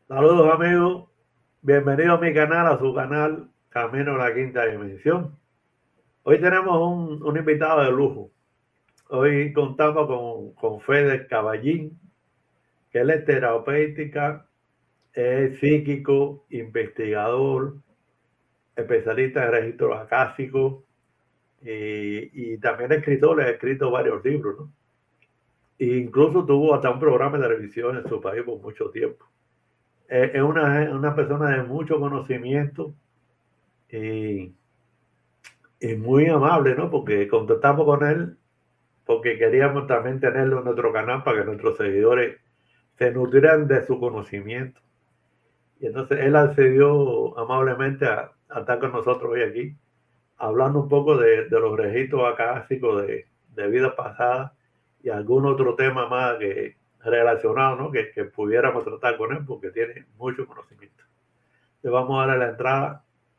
Saludos amigos, bienvenidos a mi canal, a su canal Camino a la Quinta Dimensión. Hoy tenemos un invitado de lujo. Hoy contamos con Fede Caballín, que él es terapéutica, es psíquico, investigador, especialista en registros acásicos y también escritor, ha escrito varios libros, ¿no? E incluso tuvo hasta un programa de televisión en su país por mucho tiempo. Es una persona de mucho conocimiento y y muy amable, ¿no? Porque contactamos con él porque queríamos también tenerlo en nuestro canal para que nuestros seguidores se nutrieran de su conocimiento. Y entonces él accedió amablemente a estar con nosotros hoy aquí, hablando un poco de los registros acásicos de vida pasada y algún otro tema más que relacionado, ¿no? Que pudiéramos tratar con él porque tiene mucho conocimiento. Le vamos a darle la entrada.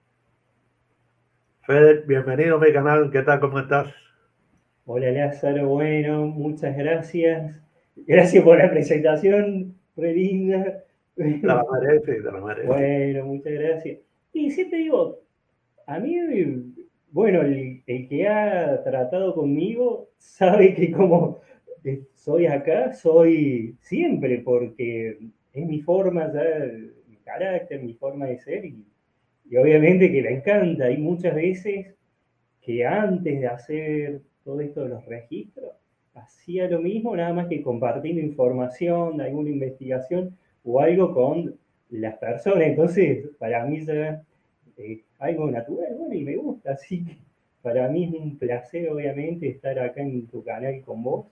Fede, bienvenido a mi canal. ¿Qué tal? ¿Cómo estás? Hola Lázaro, bueno, muchas gracias. Gracias por la presentación, re linda. Te la merece, te la merece. Bueno, muchas gracias. Y siempre digo, a mí, bueno, el que ha tratado conmigo sabe que como soy acá, soy siempre, porque es mi forma, ya, mi carácter, mi forma de ser, y obviamente que le encanta. Hay muchas veces que antes de hacer todo esto de los registros, hacía lo mismo, nada más que compartiendo información, alguna investigación o algo con las personas. Entonces, para mí ya algo natural, bueno, y me gusta, así que para mí es un placer, obviamente, estar acá en tu canal con vos.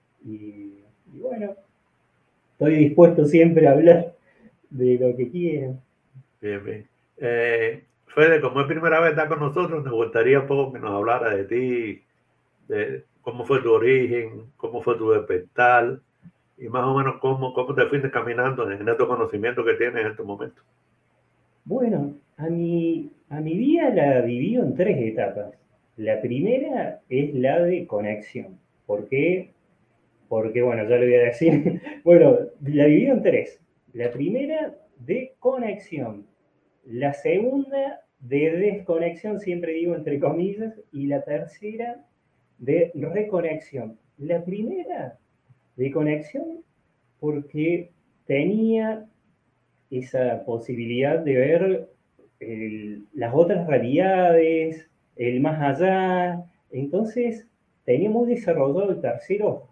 Y bueno, estoy dispuesto siempre a hablar de lo que quieran. Bien, bien. Fede, como es primera vez que estás con nosotros, nos gustaría un poco que nos hablara de ti, de cómo fue tu origen, cómo fue tu despertar y más o menos cómo te fuiste caminando en estos conocimientos que tienes en estos momentos. Bueno, a mi vida la divido en tres etapas. La primera es la de conexión. ¿Por qué? Porque, bueno, ya lo voy a decir. Bueno, la divido en tres. La primera de conexión. La segunda de desconexión, siempre digo entre comillas. Y la tercera de reconexión. La primera de conexión porque tenía esa posibilidad de ver las otras realidades, el más allá. Entonces, tenía muy desarrollado el tercer ojo.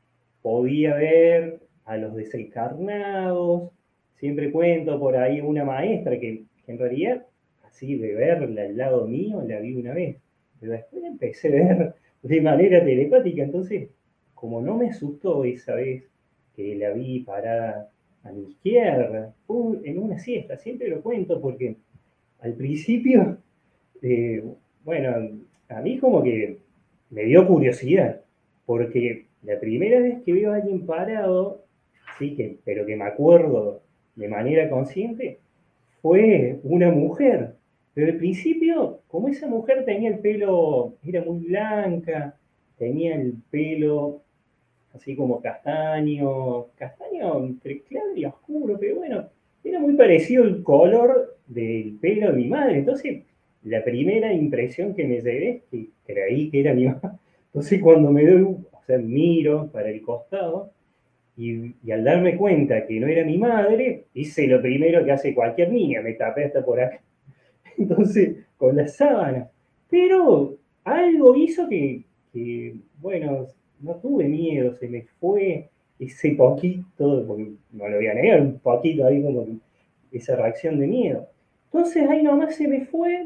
Podía ver a los desencarnados. Siempre cuento por ahí una maestra que en realidad, así de verla al lado mío, la vi una vez. Pero después la empecé a ver de manera telepática. Entonces, como no me asustó esa vez que la vi parada a mi izquierda, fue en una siesta. Siempre lo cuento porque al principio, eh, bueno, a mí como que me dio curiosidad, porque la primera vez que veo a alguien parado, sí, pero que me acuerdo de manera consciente, fue una mujer. Pero al principio, como esa mujer tenía el pelo, era muy blanca, tenía el pelo así como castaño, castaño entre claro y oscuro, pero bueno, era muy parecido el color del pelo de mi madre. Entonces, la primera impresión que me llevé es que creí que era mi mamá. Entonces, cuando me doy, o sea, miro para el costado y al darme cuenta que no era mi madre, hice lo primero que hace cualquier niña, me tapé hasta por acá. Entonces, con la sábana. Pero algo hizo que, bueno, no tuve miedo, se me fue ese poquito, porque no lo voy a negar, un poquito ahí como esa reacción de miedo. Entonces ahí nomás se me fue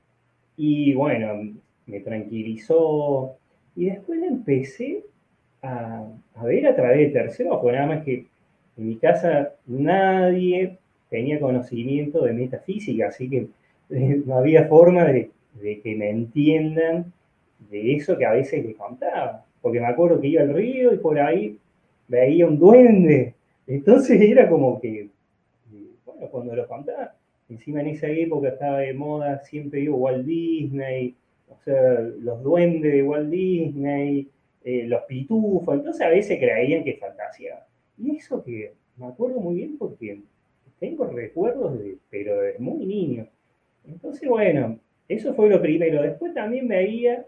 y bueno, me tranquilizó. Y después la empecé a ver a través de terceros ojos, nada más que en mi casa nadie tenía conocimiento de metafísica, así que no había forma de que me entiendan de eso que a veces les contaba. Porque me acuerdo que iba al río y por ahí veía un duende. Entonces era como que, bueno, cuando lo contaba, encima en esa época estaba de moda, siempre digo Walt Disney, o sea, los duendes de Walt Disney, los pitufos, entonces a veces creían que fantaseaba. Y eso que me acuerdo muy bien porque tengo recuerdos, pero de muy niño. Entonces, bueno, eso fue lo primero. Después también veía,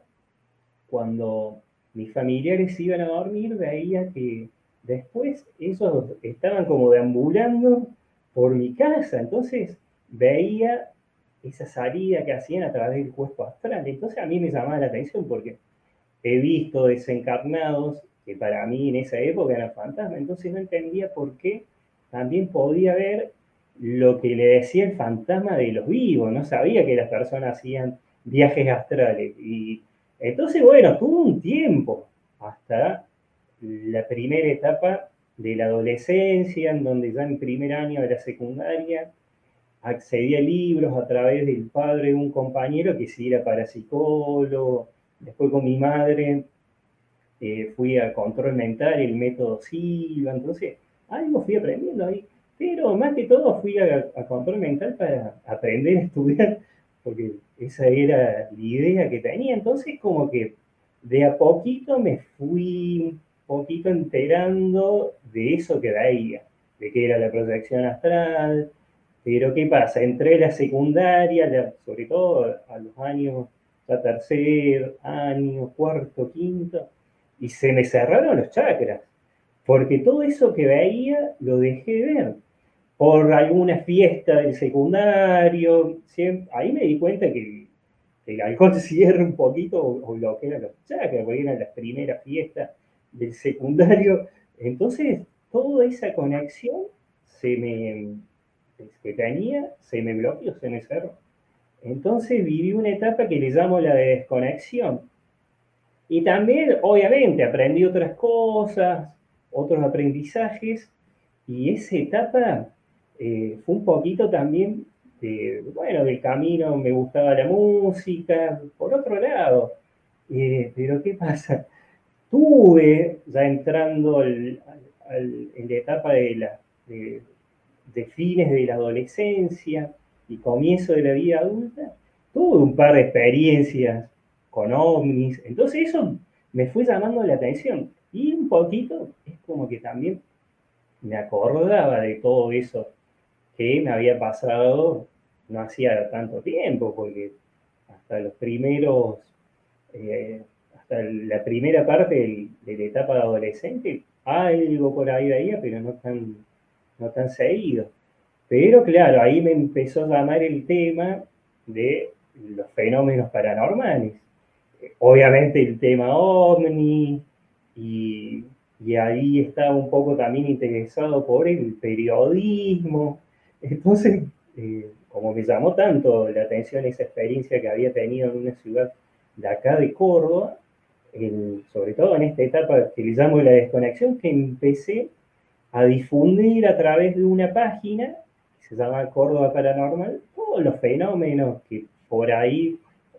cuando mis familiares iban a dormir, veía que después ellos estaban como deambulando por mi casa. Entonces veía esa salida que hacían a través del cuerpo astral. Entonces a mí me llamaba la atención porque he visto desencarnados que para mí en esa época eran fantasmas. Entonces no entendía por qué también podía ver lo que le decía el fantasma de los vivos. No sabía que las personas hacían viajes astrales. Y entonces, bueno, tuvo un tiempo hasta la primera etapa de la adolescencia, en donde ya en primer año de la secundaria accedí a libros a través del padre de un compañero que sí era parapsicólogo. Después con mi madre fui a control mental, el método Silva. Entonces algo fui aprendiendo ahí. Pero más que todo fui a control mental para aprender a estudiar, porque esa era la idea que tenía. Entonces como que de a poquito me fui un poquito enterando de eso que veía, de que era la proyección astral. Pero ¿qué pasa? Entré a la secundaria, sobre todo a los años, ya tercer año, cuarto, quinto, y se me cerraron los chakras, porque todo eso que veía lo dejé de ver. Por alguna fiesta del secundario, siempre, ahí me di cuenta que el alcohol cierra un poquito o bloquea los chakras, porque eran las primeras fiestas del secundario. Entonces, toda esa conexión se me, que tenía se me bloqueó, se me cerró. Entonces viví una etapa que le llamo la de desconexión. Y también, obviamente, aprendí otras cosas, otros aprendizajes, y esa etapa fue un poquito también bueno, del camino, me gustaba la música, por otro lado. Pero ¿qué pasa? Tuve, ya entrando en la etapa de, de fines de la adolescencia y comienzo de la vida adulta, tuve un par de experiencias con ovnis. Entonces eso me fue llamando la atención. Y un poquito es como que también me acordaba de todo eso que me había pasado no hacía tanto tiempo, porque hasta los primeros, hasta la primera parte de la etapa de adolescente, algo por ahí veía, pero no tan seguido. Pero claro, ahí me empezó a llamar el tema de los fenómenos paranormales. Obviamente el tema ovni, y, y ahí estaba un poco también interesado por el periodismo. Entonces, como me llamó tanto la atención esa experiencia que había tenido en una ciudad de acá de Córdoba, sobre todo en esta etapa que le llamo la desconexión, que empecé a difundir a través de una página que se llama Córdoba Paranormal, todos los fenómenos que por ahí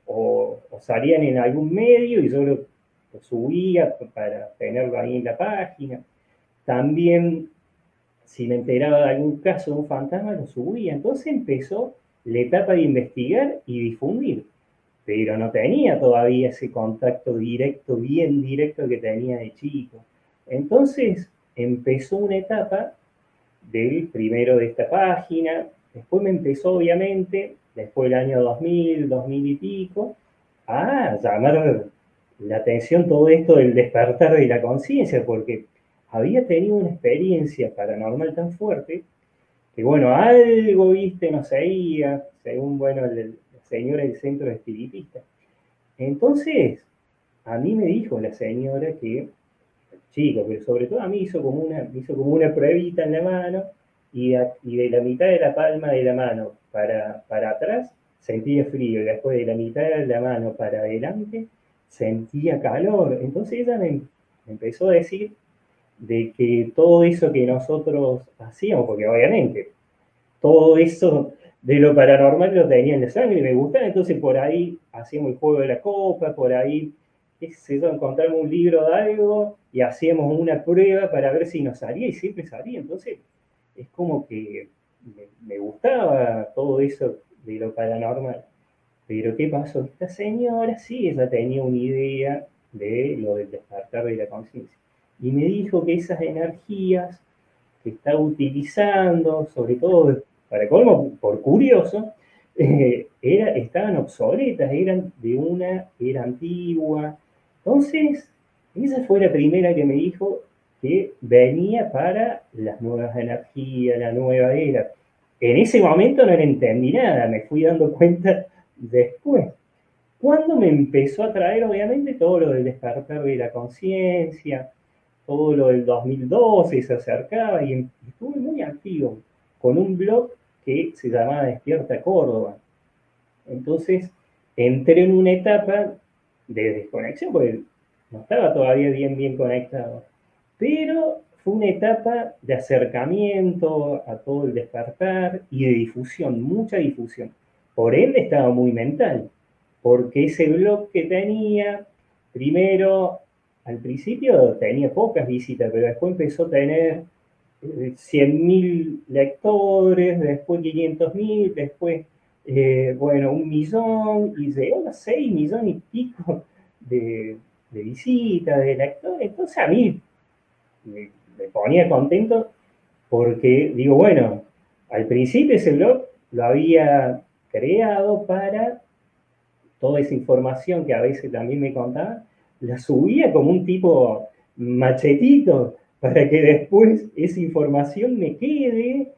o salían en algún medio y yo lo subía para tenerlo ahí en la página. También, si me enteraba de algún caso de un fantasma, lo subía. Entonces empezó la etapa de investigar y difundir, pero no tenía todavía ese contacto directo, bien directo que tenía de chico. Entonces empezó una etapa del primero de esta página, después me empezó obviamente, después del año 2000, 2000 y pico, a llamar la atención todo esto del despertar de la conciencia, porque había tenido una experiencia paranormal tan fuerte que, bueno, algo, viste, no seguía, según, bueno, el señor del centro espiritista. Entonces, a mí me dijo la señora que, chico, pero sobre todo a mí hizo como una pruebita en la mano y de la mitad de la palma de la mano para atrás sentía frío y después de la mitad de la mano para adelante sentía calor. Entonces ella me empezó a decir de que todo eso que nosotros hacíamos, porque obviamente todo eso de lo paranormal lo tenía en la sangre y me gustaba, entonces por ahí hacíamos el juego de la copa, por ahí, qué sé yo, encontramos un libro de algo y hacíamos una prueba para ver si nos salía y siempre salía, entonces es como que me gustaba todo eso de lo paranormal. Pero ¿qué pasó? Esta señora sí, ella tenía una idea de lo del despertar de la conciencia. Y me dijo que esas energías que estaba utilizando, sobre todo para colmo, por curioso, estaban obsoletas, eran de una era antigua. Entonces, esa fue la primera que me dijo que venía para las nuevas energías, la nueva era. En ese momento no le entendí nada, me fui dando cuenta después. Cuando me empezó a traer, obviamente, todo lo del despertar de la conciencia, todo lo del 2012 se acercaba y estuve muy activo con un blog que se llamaba Despierta Córdoba. Entonces entré en una etapa de desconexión, porque no estaba todavía bien conectado, pero fue una etapa de acercamiento a todo el despertar y de difusión, mucha difusión. Por ende estaba muy mental, porque ese blog que tenía, primero, al principio tenía pocas visitas, pero después empezó a tener 100.000 lectores, después 500.000, después, bueno, 1.000.000, y llegó a 6 millones y pico de visitas, de lectores. Entonces a mí me ponía contento porque digo, bueno, al principio ese blog lo había creado para toda esa información que a veces también me contaba, la subía como un tipo machetito para que después esa información me quede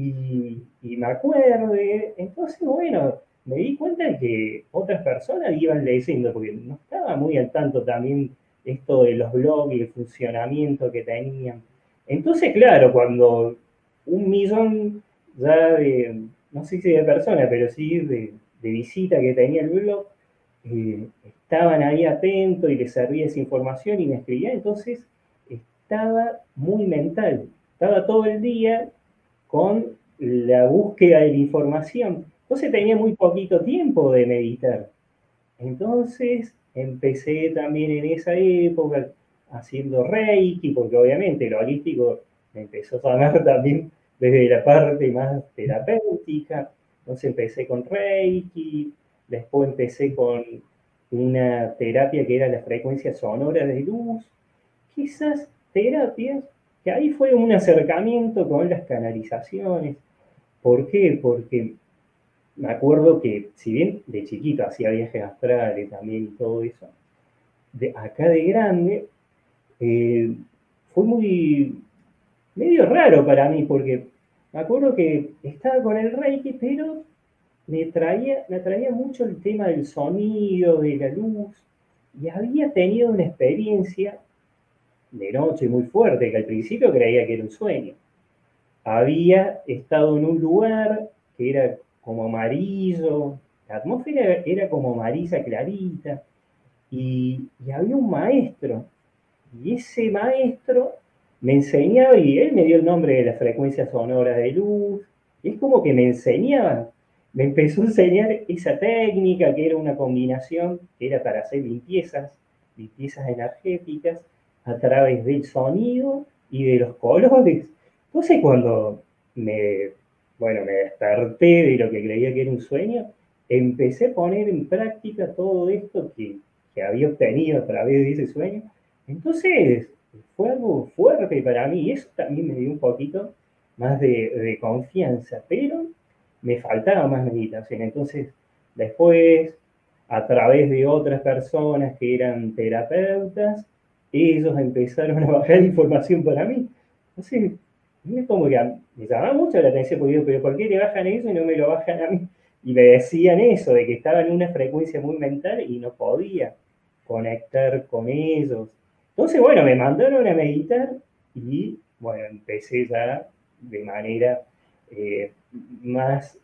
y me acuerde. Entonces, bueno, me di cuenta de que otras personas iban leyendo, porque no estaba muy al tanto también esto de los blogs y el funcionamiento que tenían. Entonces, claro, cuando 1.000.000 ya de, no sé si de personas, pero sí de visita que tenía el blog, estaban ahí atentos y les servía esa información y me escribían, entonces estaba muy mental, estaba todo el día con la búsqueda de la información, entonces tenía muy poquito tiempo de meditar. Entonces empecé también en esa época haciendo Reiki, porque obviamente lo holístico me empezó a sonar también desde la parte más terapéutica. Entonces empecé con Reiki, después empecé con una terapia que era la frecuencia sonora de luz, quizás terapias que ahí fue un acercamiento con las canalizaciones. ¿Por qué? Porque me acuerdo que, si bien de chiquito hacía viajes astrales también y todo eso, acá de grande eh, fue muy medio raro para mí, porque me acuerdo que estaba con el Reiki, pero me atraía mucho el tema del sonido, de la luz, y había tenido una experiencia de noche muy fuerte, que al principio creía que era un sueño. Había estado en un lugar que era como amarillo, la atmósfera era como amarilla clarita, y había un maestro, y ese maestro me enseñaba, y él me dio el nombre de la frecuencia sonora de luz, y es como que me enseñaba, me empezó a enseñar esa técnica que era una combinación, que era para hacer limpiezas energéticas, a través del sonido y de los colores. Entonces cuando me, bueno, me desperté de lo que creía que era un sueño, empecé a poner en práctica todo esto que había obtenido a través de ese sueño. Entonces fue algo fuerte para mí y eso también me dio un poquito más de confianza, pero me faltaba más meditación. Entonces después, a través de otras personas que eran terapeutas, ellos empezaron a bajar información para mí. Entonces, es como que me llamaba mucho la atención, porque digo, pero ¿por qué le bajan eso y no me lo bajan a mí? Y me decían eso, de que estaba en una frecuencia muy mental y no podía conectar con ellos. Entonces, bueno, me mandaron a meditar y, bueno, empecé ya de manera eh, más,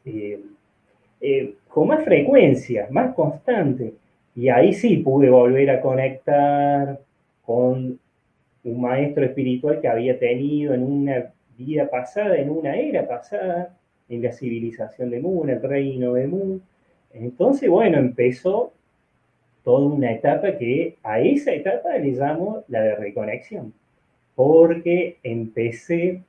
con más frecuencia, más constante. Y ahí sí pude volver a conectar con un maestro espiritual que había tenido en una vida pasada, en una era pasada, en la civilización de Mu, en el reino de Mu. Entonces, bueno, empezó toda una etapa que a esa etapa le llamo la de reconexión, porque empecé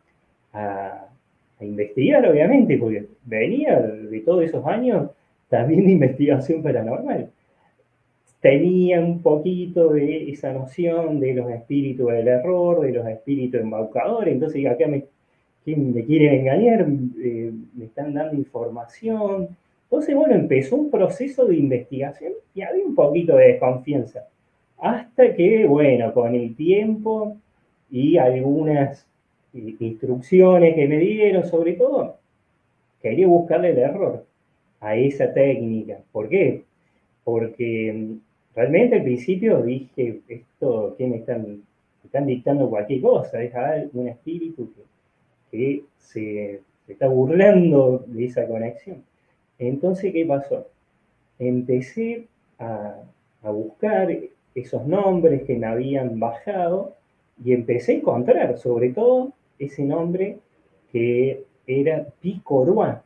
a investigar, obviamente, porque venía de todos esos años también de investigación paranormal. Tenía un poquito de esa noción de los espíritus del error, de los espíritus embaucadores, entonces acá ¿qué me quieren engañar? Me están dando información. Entonces, bueno, empezó un proceso de investigación y había un poquito de desconfianza. Hasta que, bueno, con el tiempo y algunas instrucciones que me dieron, sobre todo, quería buscarle el error a esa técnica. ¿Por qué? Porque realmente al principio dije, esto, ¿qué me están dictando cualquier cosa? Es un espíritu que se está burlando de esa conexión. Entonces, ¿qué pasó? Empecé a, a buscar esos nombres que me habían bajado y empecé a encontrar, sobre todo, ese nombre que era Picoruá,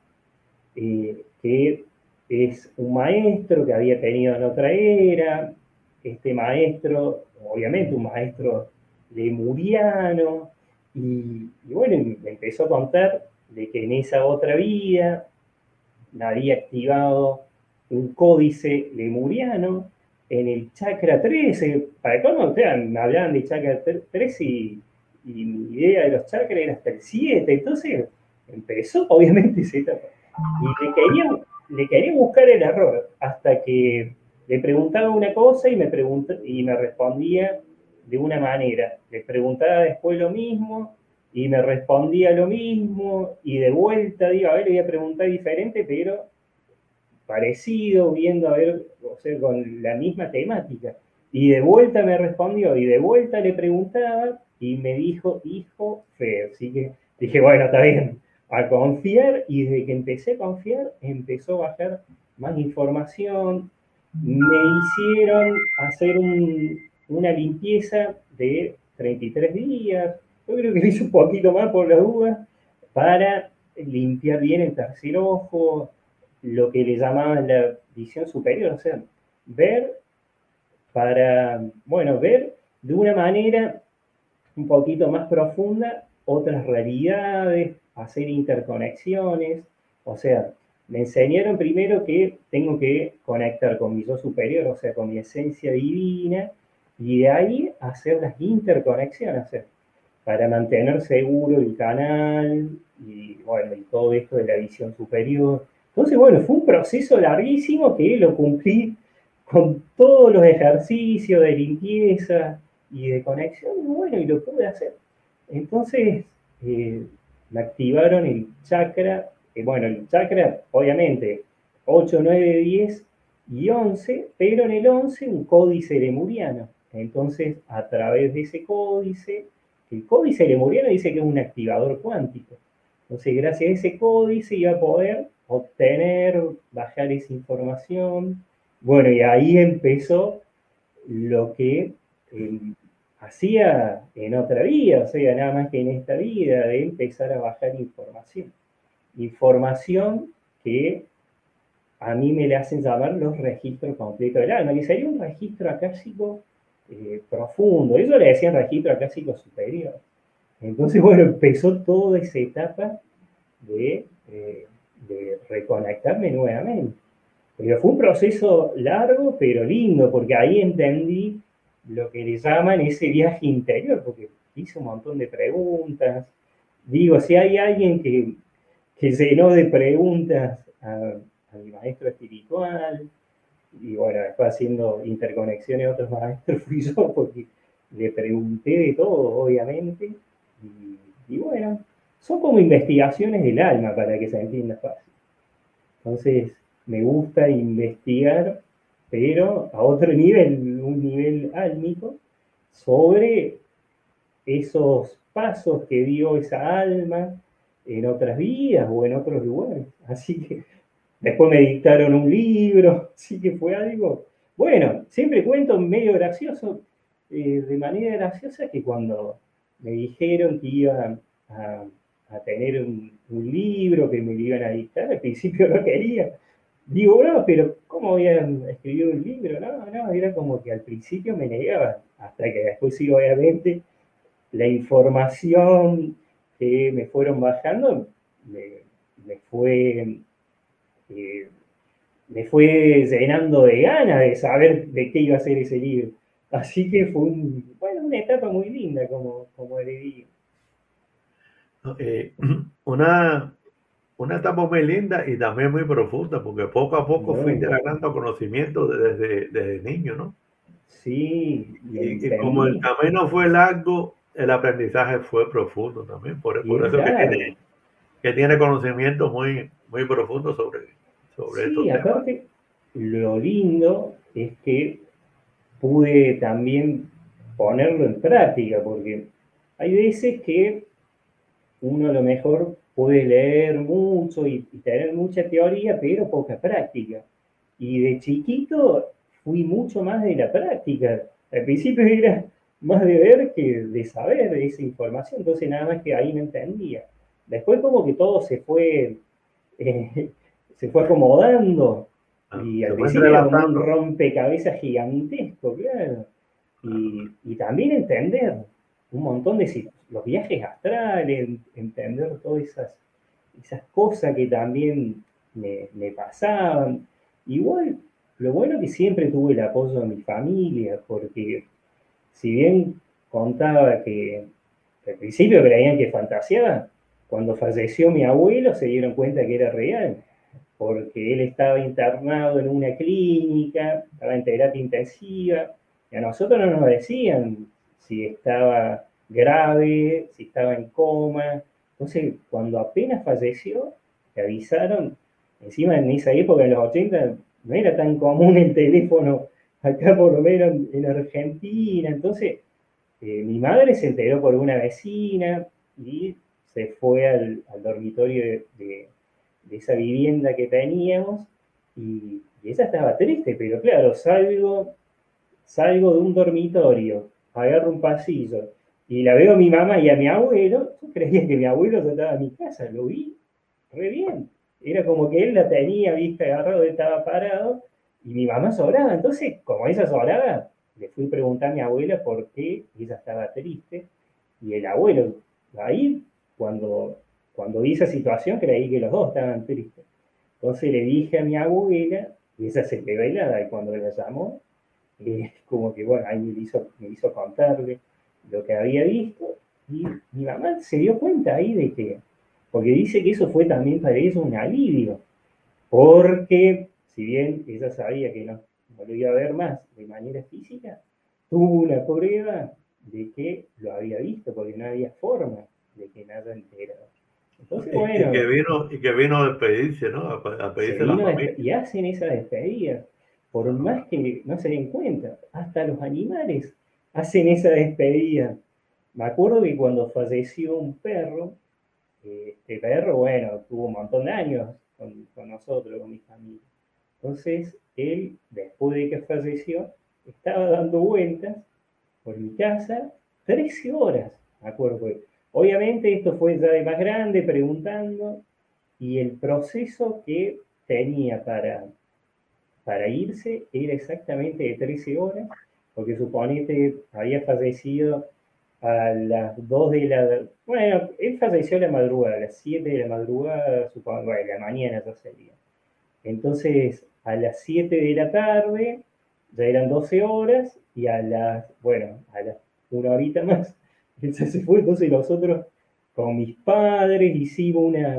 que es un maestro que había tenido en otra era. Este maestro, obviamente un maestro lemuriano, y bueno, me empezó a contar de que en esa otra vida me había activado un códice lemuriano en el chakra 13. Para cómo ustedes me hablaban de chakra 13 y mi idea de los chakras era hasta el 7. Entonces empezó obviamente esa etapa. Y le quería buscar el error hasta que le preguntaba una cosa y me respondía de una manera. Le preguntaba después lo mismo y me respondía lo mismo y de vuelta, digo, a ver, le voy a preguntar diferente, pero parecido, viendo a ver, o sea, con la misma temática. Y de vuelta me respondió y de vuelta le preguntaba y me dijo, hijo feo. Así que dije, bueno, está bien, a confiar, y desde que empecé a confiar empezó a bajar más información. Me hicieron hacer una limpieza de 33 días, yo creo que lo hice un poquito más por la duda, para limpiar bien el tercer ojo, lo que le llamaban la visión superior, o sea, ver bueno, ver de una manera un poquito más profunda otras realidades, hacer interconexiones, o sea, me enseñaron primero que tengo que conectar con mi yo superior, o sea, con mi esencia divina, y de ahí hacer las interconexiones, o sea, para mantener seguro el canal y bueno, y todo esto de la visión superior. Entonces, bueno, fue un proceso larguísimo que lo cumplí con todos los ejercicios de limpieza y de conexión, y bueno, y lo pude hacer. Entonces, me activaron el chakra, bueno, el chakra, obviamente, 8 9 10 y 11, pero en el 11 un códice lemuriano. Entonces, a través de ese códice, el códice lemuriano dice que es un activador cuántico. Entonces, gracias a ese códice iba a poder obtener, bajar esa información. Bueno, y ahí empezó lo que eh, hacía en otra vida, o sea, nada más que en esta vida, de empezar a bajar información. Información que a mí me le hacen llamar los registros completos del alma, que sería un registro acásico profundo. Ellos le decían registro acásico superior. Entonces, bueno, empezó toda esa etapa de, eh, de reconectarme nuevamente. Pero fue un proceso largo, pero lindo, porque ahí entendí lo que le llaman ese viaje interior, porque hice un montón de preguntas. Digo, si hay alguien que llenó de preguntas a mi maestro espiritual, y bueno, después haciendo interconexiones a otros maestros fui yo, porque le pregunté de todo, obviamente, y bueno, son como investigaciones del alma para que se entienda fácil. Entonces, me gusta investigar, pero a otro nivel, un nivel álmico, sobre esos pasos que dio esa alma en otras vidas o en otros lugares. Así que después me dictaron un libro, así que fue algo. Bueno, siempre cuento medio gracioso, de manera graciosa, que cuando me dijeron que iba a, a tener un libro, que me lo iban a dictar, al principio no quería. Digo, no, pero ¿cómo voy a escribir un libro? No, no, era como que al principio me negaba, hasta que después sí, obviamente, la información que me fueron bajando me, me fue eh, me fue llenando de ganas de saber de qué iba a ser ese libro. Así que fue bueno, una etapa muy linda, como le digo. Eh, una, una etapa muy linda y también muy profunda, porque poco a poco fuiste Muy, ganando conocimiento desde niño, ¿no? sí, y Y como el entendí, camino fue largo, el aprendizaje fue profundo también. y Por es eso largo. que tiene conocimientos muy, muy profundos sobre estos Sí, temas. aparte, lo lindo es que pude también ponerlo en práctica, porque hay veces que uno a lo mejor puede leer mucho y tener mucha teoría, pero poca práctica. Y de chiquito fui mucho más de la práctica. Al principio era más de ver que de saber de esa información, entonces nada más que ahí no entendía. Después como que todo eh, se fue acomodando y al Se fue principio era como un entrelazando. rompecabezas gigantesco, claro. Y también entender un montón de los viajes astrales, entender todas esas cosas que también me pasaban. Igual, lo bueno que siempre tuve el apoyo de mi familia, porque si bien contaba que al principio creían que fantaseaba, cuando falleció mi abuelo se dieron cuenta que era real, porque él estaba internado en una clínica, estaba en terapia intensiva, y a nosotros no nos decían si estaba grave, si estaba en coma. Entonces, cuando apenas falleció, te avisaron, encima en esa época, en los 80 no era tan común el teléfono, acá por lo menos en Argentina, entonces mi madre se enteró por una vecina y se fue al dormitorio de esa vivienda que teníamos y ella estaba triste, pero claro, salgo de un dormitorio, agarro un pasillo y la veo a mi mamá y a mi abuelo. Yo creía que mi abuelo ya estaba en mi casa, lo vi re bien. Era como que él la tenía, viste, agarrado, él estaba parado y mi mamá lloraba. Entonces, como ella lloraba, le fui a preguntar a mi abuela por qué ella estaba triste y el abuelo, ahí, cuando vi esa situación, creí que los dos estaban tristes. Entonces le dije a mi abuela y ella se quedó helada y cuando la llamó, como que bueno, ahí me hizo contarle lo que había visto y mi mamá se dio cuenta ahí de que, porque dice que eso fue también para ella un alivio, porque si bien ella sabía que no lo iba a ver más de manera física, tuvo una prueba de que lo había visto, porque no había forma de que nada enterado. Entonces, bueno, Y que vino a despedirse, ¿no? A se pedirse la vino familia. y hacen esa despedida, por Ah, más que no se den cuenta, hasta los animales hacen esa despedida. Me acuerdo que cuando falleció un perro, este perro, bueno, tuvo un montón de años con nosotros, con mi familia. Entonces, él, después de que falleció, estaba dando vueltas por mi casa 13 horas, me acuerdo. Obviamente esto fue ya de más grande, preguntando, y el proceso que tenía para irse era exactamente de 13 horas, porque suponete había fallecido a las 2 de la... Bueno, él falleció a la madrugada, a las 7 de la madrugada, supongo, bueno, la mañana ya sería. Entonces, a las 7 de la tarde, ya eran 12 horas, y a las una horita más, él se fue, entonces nosotros con mis padres hicimos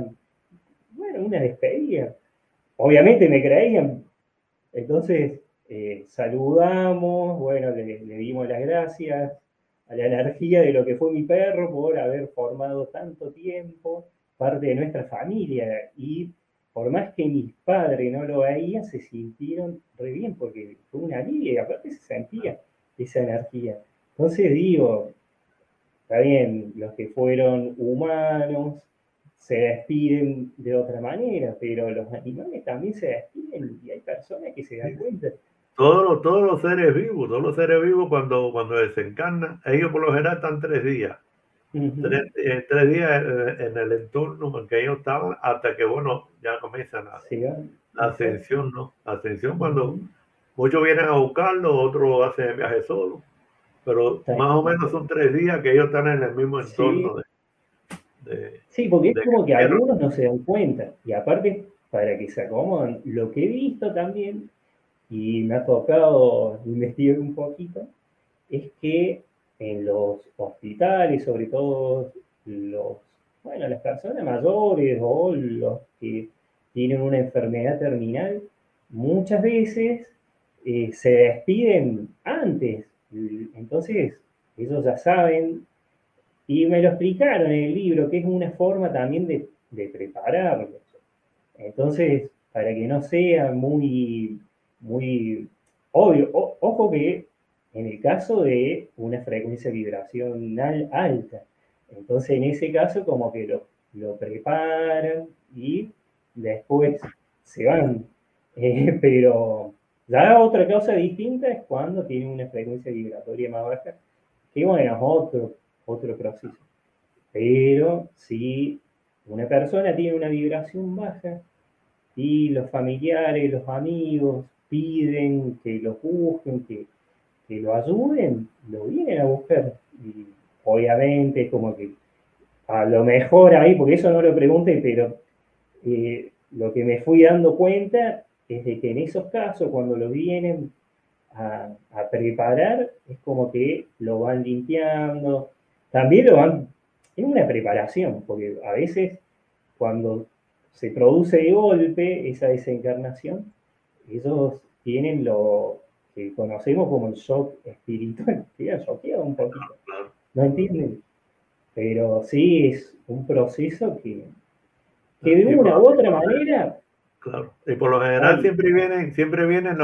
una despedida. Obviamente me creían, entonces saludamos, bueno, le dimos las gracias a la energía de lo que fue mi perro por haber formado tanto tiempo parte de nuestra familia y por más que mis padres no lo veían, se sintieron re bien porque fue una alivio y aparte se sentía esa energía. Entonces digo, está bien, los que fueron humanos se despiden de otra manera, pero los animales también se despiden y hay personas que se dan cuenta. todos los seres vivos cuando desencarnan, ellos por lo general están 3 días. Ujú. 3 días en el entorno en que ellos estaban hasta que, bueno, ya comienzan Se van, la exacto. ascensión, ¿no? La ascensión cuando Ujú. muchos vienen a buscarlo, otros hacen el viaje solo, pero Tal más o cual. menos son 3 días que ellos están en el mismo Sí, entorno de, sí, porque es de como que tierra. algunos no se dan cuenta. Y aparte, para que se acomodan, lo que he visto también, y me ha tocado investigar un poquito, es que en los hospitales, sobre todo los bueno, las personas mayores o los que tienen una enfermedad terminal, muchas veces se despiden antes. Entonces, ellos ya saben, y me lo explicaron en el libro, que es una forma también de prepararlos. Entonces, para que no sea muy obvio, ojo que en el caso de una frecuencia vibracional alta, entonces en ese caso como que lo preparan y después se van. Pero ya otra causa distinta es cuando tienen una frecuencia vibratoria más baja, que bueno, es otro proceso. Pero si una persona tiene una vibración baja, y los familiares, los amigos piden que los busquen, que lo ayuden, lo vienen a buscar. Y obviamente, como que a lo mejor ahí, porque eso no lo pregunté, pero lo que me fui dando cuenta es de que en esos casos, cuando lo vienen a preparar, es como que lo van limpiando, también lo van, es una preparación, porque a veces cuando se produce de golpe esa desencarnación, ellos tienen lo que conocemos como el shock espiritual, quedan choqueados un poquito, Claro, no entienden, pero sí es un proceso que claro. de una u otra manera, Claro. Y por lo general ay, siempre vienen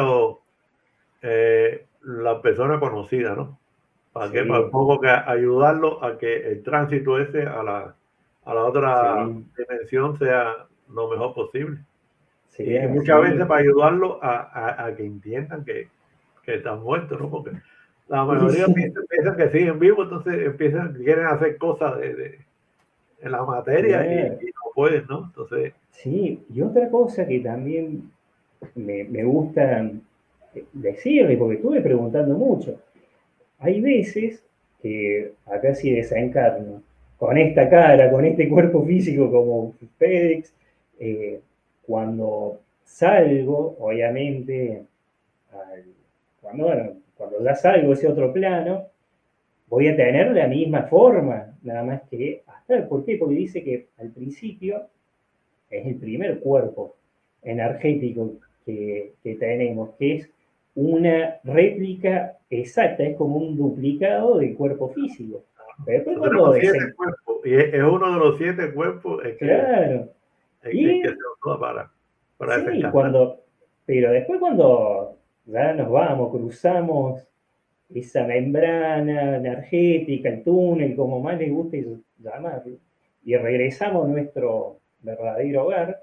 las personas conocidas, ¿no? ¿Para qué? Para un sí, poco que ayudarlo a que el tránsito ese a la otra sí, dimensión sea lo mejor posible. sí, Y muchas veces así, para ayudarlo a que entiendan que están muertos, ¿no? Porque la y mayoría sí, piensan que siguen vivos, entonces quieren hacer cosas en la materia claro, y no pueden, ¿no? Entonces, sí, y otra cosa que también me gusta decirle, porque estuve preguntando mucho, hay veces que acá sí desencarno, con esta cara, con este cuerpo físico como FedEx, eh, cuando salgo, obviamente, al- cuando ya salgo ese otro plano, voy a tener la misma forma, nada más que hasta, ¿por qué? Porque dice que al principio es el primer cuerpo energético que tenemos, que es una réplica exacta, es como un duplicado del cuerpo físico. Pero después nosotros cuando tenemos 7 cuerpos y es uno de los 7 cuerpos claro, el que se y usa para sí, desencarnar. pero después cuando ya nos vamos, cruzamos esa membrana energética, el túnel, como más les guste llamarlo, y regresamos a nuestro verdadero hogar,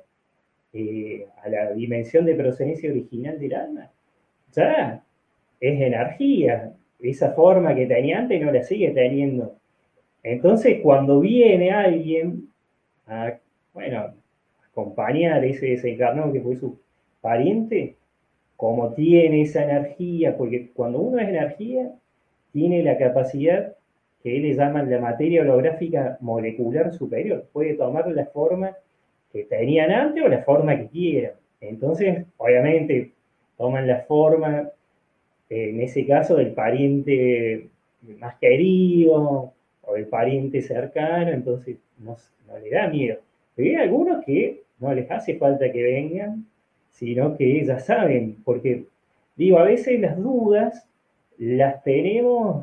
a la dimensión de procedencia original del alma, ya es energía. Esa forma que tenía antes no la sigue teniendo. Entonces, cuando viene alguien a, bueno, acompañar ese desencarnado que fue su pariente, como tiene esa energía, porque cuando uno es energía, tiene la capacidad que él le llaman la materia holográfica molecular superior. Puede tomar la forma que tenían antes o la forma que quieran. Entonces, obviamente, toman la forma, en ese caso, del pariente más querido o del pariente cercano, entonces no le da miedo. Pero hay algunos que no les hace falta que vengan, sino que ya saben, porque digo, a veces las dudas las tenemos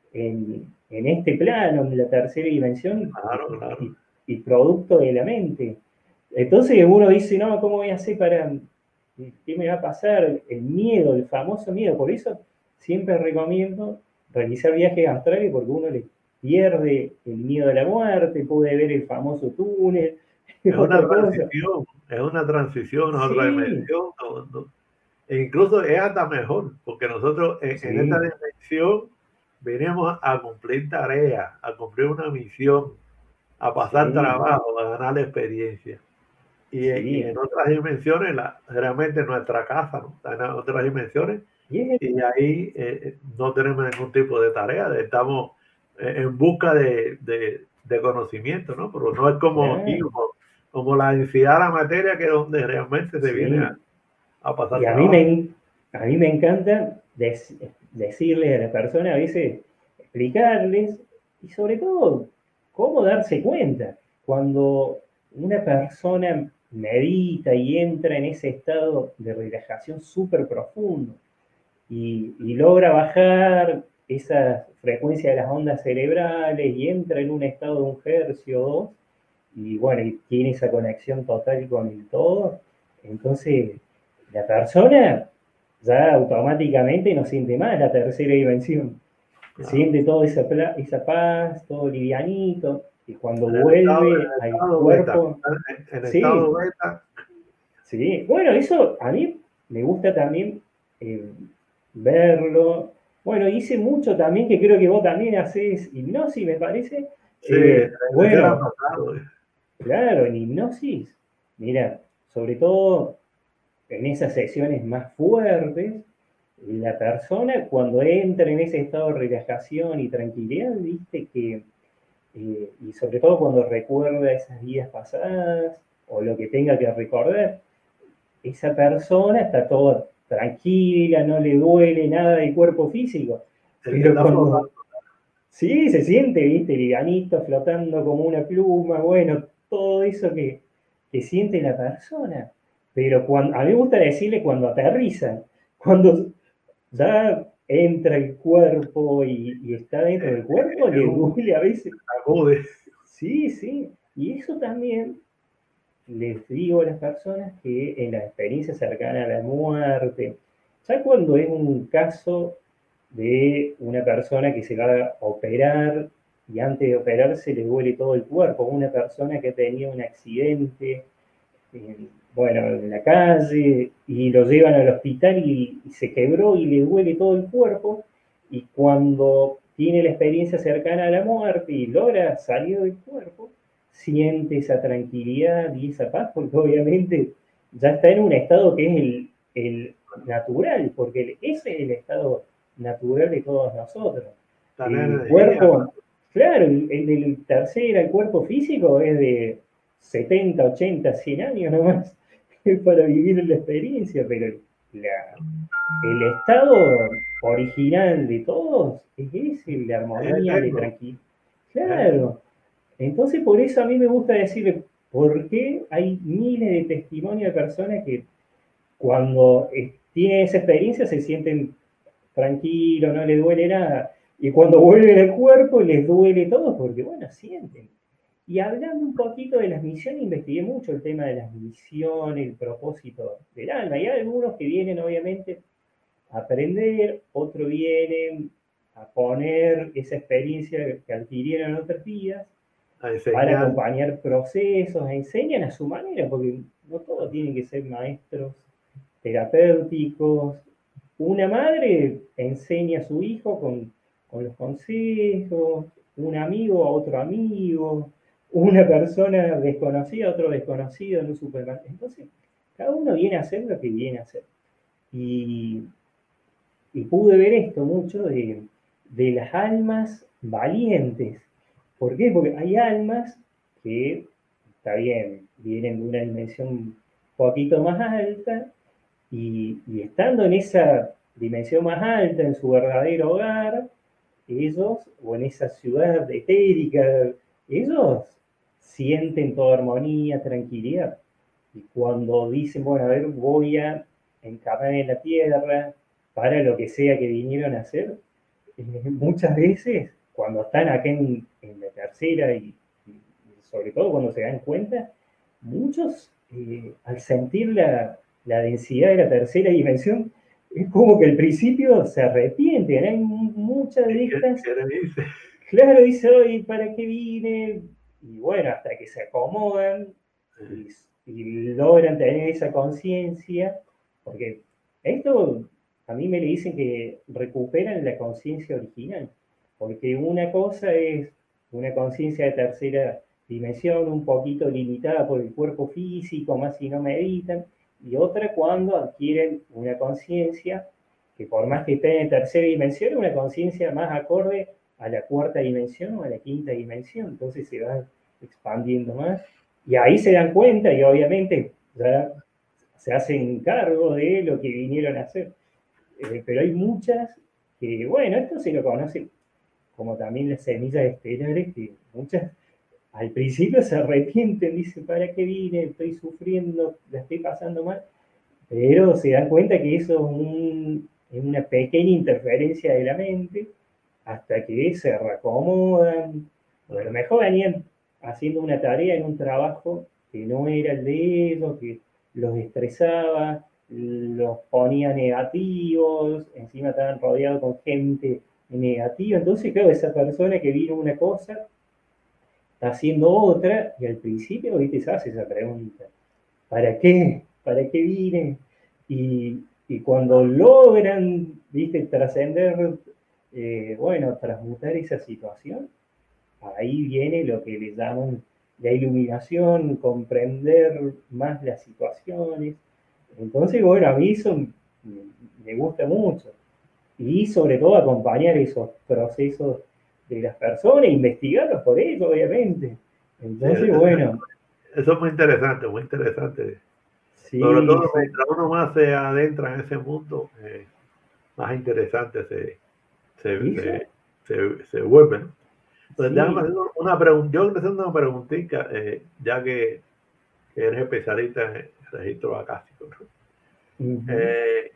en este plano, en la tercera dimensión, Claro, claro. y producto de la mente. Entonces uno dice, no, ¿cómo voy a hacer para, qué me va a pasar? El miedo, el famoso miedo. Por eso siempre recomiendo realizar viajes astrales porque uno le pierde el miedo a la muerte, puede ver el famoso túnel, Es una otra cosa. transición, es una transición a otra Sí, dimensión. E incluso es hasta mejor, porque nosotros en esta sí, dimensión venimos a cumplir tareas, a cumplir una misión, a pasar sí, trabajo, a ganar experiencia. Y en sí. otras dimensiones, realmente nuestra casa, ¿no? Está en otras dimensiones, Y es, y ahí no tenemos ningún tipo de tarea, estamos en busca de conocimiento, ¿no? Pero no es como aquí, claro, como la densidad de la materia, que es donde realmente se viene sí. a pasar Y trabajo. a mí me encanta decirles a las personas, a veces explicarles, y sobre todo, cómo darse cuenta. cuando una persona medita y entra en ese estado de relajación súper profundo y logra bajar esa frecuencia de las ondas cerebrales y entra en un estado de un hercio o dos, y bueno, y tiene esa conexión total con el todo, entonces la persona ya automáticamente no siente más la tercera dimensión, Claro. siente toda esa paz, todo livianito, y cuando En el estado, vuelve al beta. cuerpo, En estado sí, beta. sí, bueno, eso a mí me gusta también verlo. Bueno, hice mucho también, que creo que vos también haces hipnosis, me parece. Sí, la dimensión ha Bueno, pasado. claro, en hipnosis, mira, sobre todo en esas sesiones más fuertes, la persona cuando entra en ese estado de relajación y tranquilidad, viste que, y sobre todo cuando recuerda esas vidas pasadas o lo que tenga que recordar, esa persona está toda tranquila, no le duele nada del cuerpo físico, El que pero está flotando. cuando sí se siente, viste, livianito, flotando como una pluma, bueno, todo eso que siente la persona. Pero cuando, a mí me gusta decirle cuando aterriza, cuando ya entra el cuerpo y está dentro del cuerpo, Es le un duele a veces. sacude. Sí, sí. Y eso también les digo a las personas que en la experiencia cercana a la muerte, ya cuando es un caso de una persona que se va a operar y antes de operarse le duele todo el cuerpo, una persona que tenía un accidente, bueno, en la calle y lo llevan al hospital y se quebró y le duele todo el cuerpo, y cuando tiene la experiencia cercana a la muerte y logra salir del cuerpo, siente esa tranquilidad y esa paz, porque obviamente ya está en un estado que es el natural, porque ese es el estado natural de todos nosotros. Está la El energía. cuerpo, claro, el del tercer, el cuerpo físico es de 70, 80, 100 años nomás para vivir la experiencia, pero la, el estado original de todos es ese, el de Es armonía, el de eterno. tranquilidad. Es eterno. Claro, entonces por eso a mí me gusta decir, ¿por qué hay miles de testimonios de personas que cuando tienen esa experiencia se sienten tranquilos, no les duele nada? Y cuando vuelven al cuerpo les duele todo porque, bueno, sienten. Y hablando un poquito de las misiones, investigué mucho el tema de las misiones, el propósito del alma. Y hay algunos que vienen, obviamente, a aprender, otros vienen a poner esa experiencia que adquirieron en otras vidas A para enseñar. acompañar procesos, enseñan a su manera, porque no todos tienen que ser maestros terapéuticos. Una madre enseña a su hijo con los consejos, un amigo a otro amigo, una persona desconocida a otro desconocido en un supermercado. Entonces, cada uno viene a hacer lo que viene a hacer. Y, y pude ver esto mucho de las almas valientes. ¿Por qué? Porque hay almas que, está bien, vienen de una dimensión un poquito más alta y estando en esa dimensión más alta, en su verdadero hogar, ellos, o en esa ciudad etérica, ellos sienten toda armonía, tranquilidad. Y cuando dicen, bueno, a ver, voy a encarnar en la tierra para lo que sea que vinieron a hacer, muchas veces, cuando están acá en la tercera y, sobre todo cuando se dan cuenta, muchos, al sentir la densidad de la tercera dimensión, es como que al principio se arrepienten. Hay muchas de estas, ¿Qué le dice? claro, dice, oye, ¿para qué vine? Y bueno, hasta que se acomodan y, y logran tener esa conciencia, porque esto a mí me le dicen que recuperan la conciencia original, porque una cosa es una conciencia de tercera dimensión, un poquito limitada por el cuerpo físico, más si no meditan, y otra cuando adquieren una conciencia que por más que esté en tercera dimensión, es una conciencia más acorde a la cuarta dimensión o a la quinta dimensión, entonces se va expandiendo más, y ahí se dan cuenta y obviamente ya se hacen cargo de lo que vinieron a hacer. Pero hay muchas que, bueno, esto se lo conoce como también las semillas estelares, que muchas al principio se arrepienten, dicen, ¿para qué vine? Estoy sufriendo, la estoy pasando mal, pero se dan cuenta que eso es una pequeña interferencia de la mente hasta que se reacomodan, o a lo mejor venían haciendo una tarea en un trabajo que no era el de ellos, que los estresaba, los ponía negativos, encima estaban rodeados con gente negativa, entonces claro, esa persona que vino una cosa está haciendo otra y al principio, viste, se hace esa pregunta, ¿para qué? ¿Para qué vine? Y cuando logran, viste, trascender, bueno, transmutar esa situación, ahí viene lo que le llaman la iluminación, comprender más las situaciones. Entonces, bueno, a mí eso me gusta mucho. Y sobre todo acompañar esos procesos de las personas, investigarlos por ello, obviamente. Sí, Entonces, bueno, eso es muy interesante, muy interesante. Sobre sí, todo sí. mientras uno más se adentra en ese mundo, más interesante se, se, ¿Eso? se vuelve, ¿no? Entonces, déjame Sí. hacer una pregunta. Yo quiero hacer una preguntita, ya que eres especialista en registro acástico, ¿no? Ujú, Eh,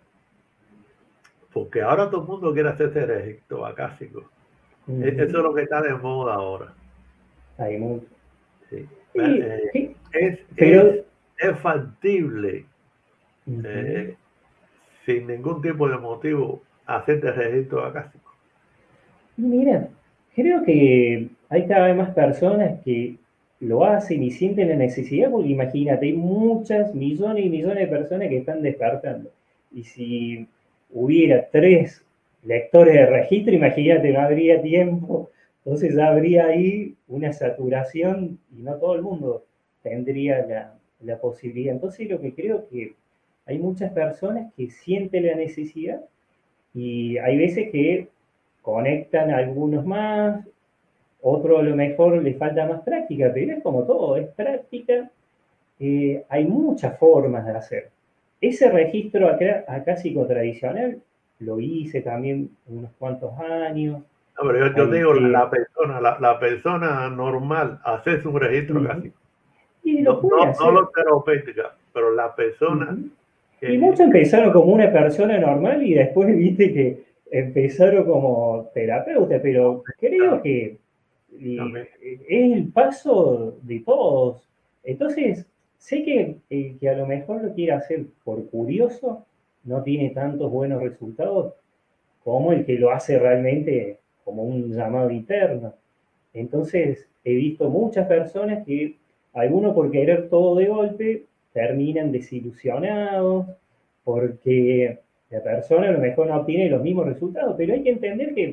porque ahora todo el mundo quiere hacerse registro acástico. Eso es ujú. lo que está de moda ahora. Hay mucho. Sí. Sí, sí, Es, es, pero es factible, ujú. eh, sin ningún tipo de motivo, hacerte registro acástico. Y mira, creo que hay cada vez más personas que lo hacen y sienten la necesidad, porque imagínate, hay muchas, millones y millones de personas que están despertando. Y si hubiera tres lectores de registro, imagínate, no habría tiempo. Entonces ya habría ahí una saturación y no todo el mundo tendría la posibilidad. Entonces lo que creo que hay muchas personas que sienten la necesidad y hay veces que conectan a algunos más, otro a lo mejor le falta más práctica, pero es como todo, es práctica. Hay muchas formas de hacer. Ese registro acásico tradicional lo hice también unos cuantos años. No, pero yo te Hay digo, que. la persona normal, hacerse un registro Uh-huh, acástico. y lo No, puede no hacer. los terapéuticas, pero la persona Uh-huh. Y muchos que empezaron como una persona normal y después viste que empezaron como terapeuta, pero creo que también, es el paso de todos. Entonces, sé que el que a lo mejor lo quiere hacer por curioso no tiene tantos buenos resultados como el que lo hace realmente como un llamado interno. Entonces, he visto muchas personas que, algunos por querer todo de golpe, terminan desilusionados, porque la persona a lo mejor no obtiene los mismos resultados, pero hay que entender que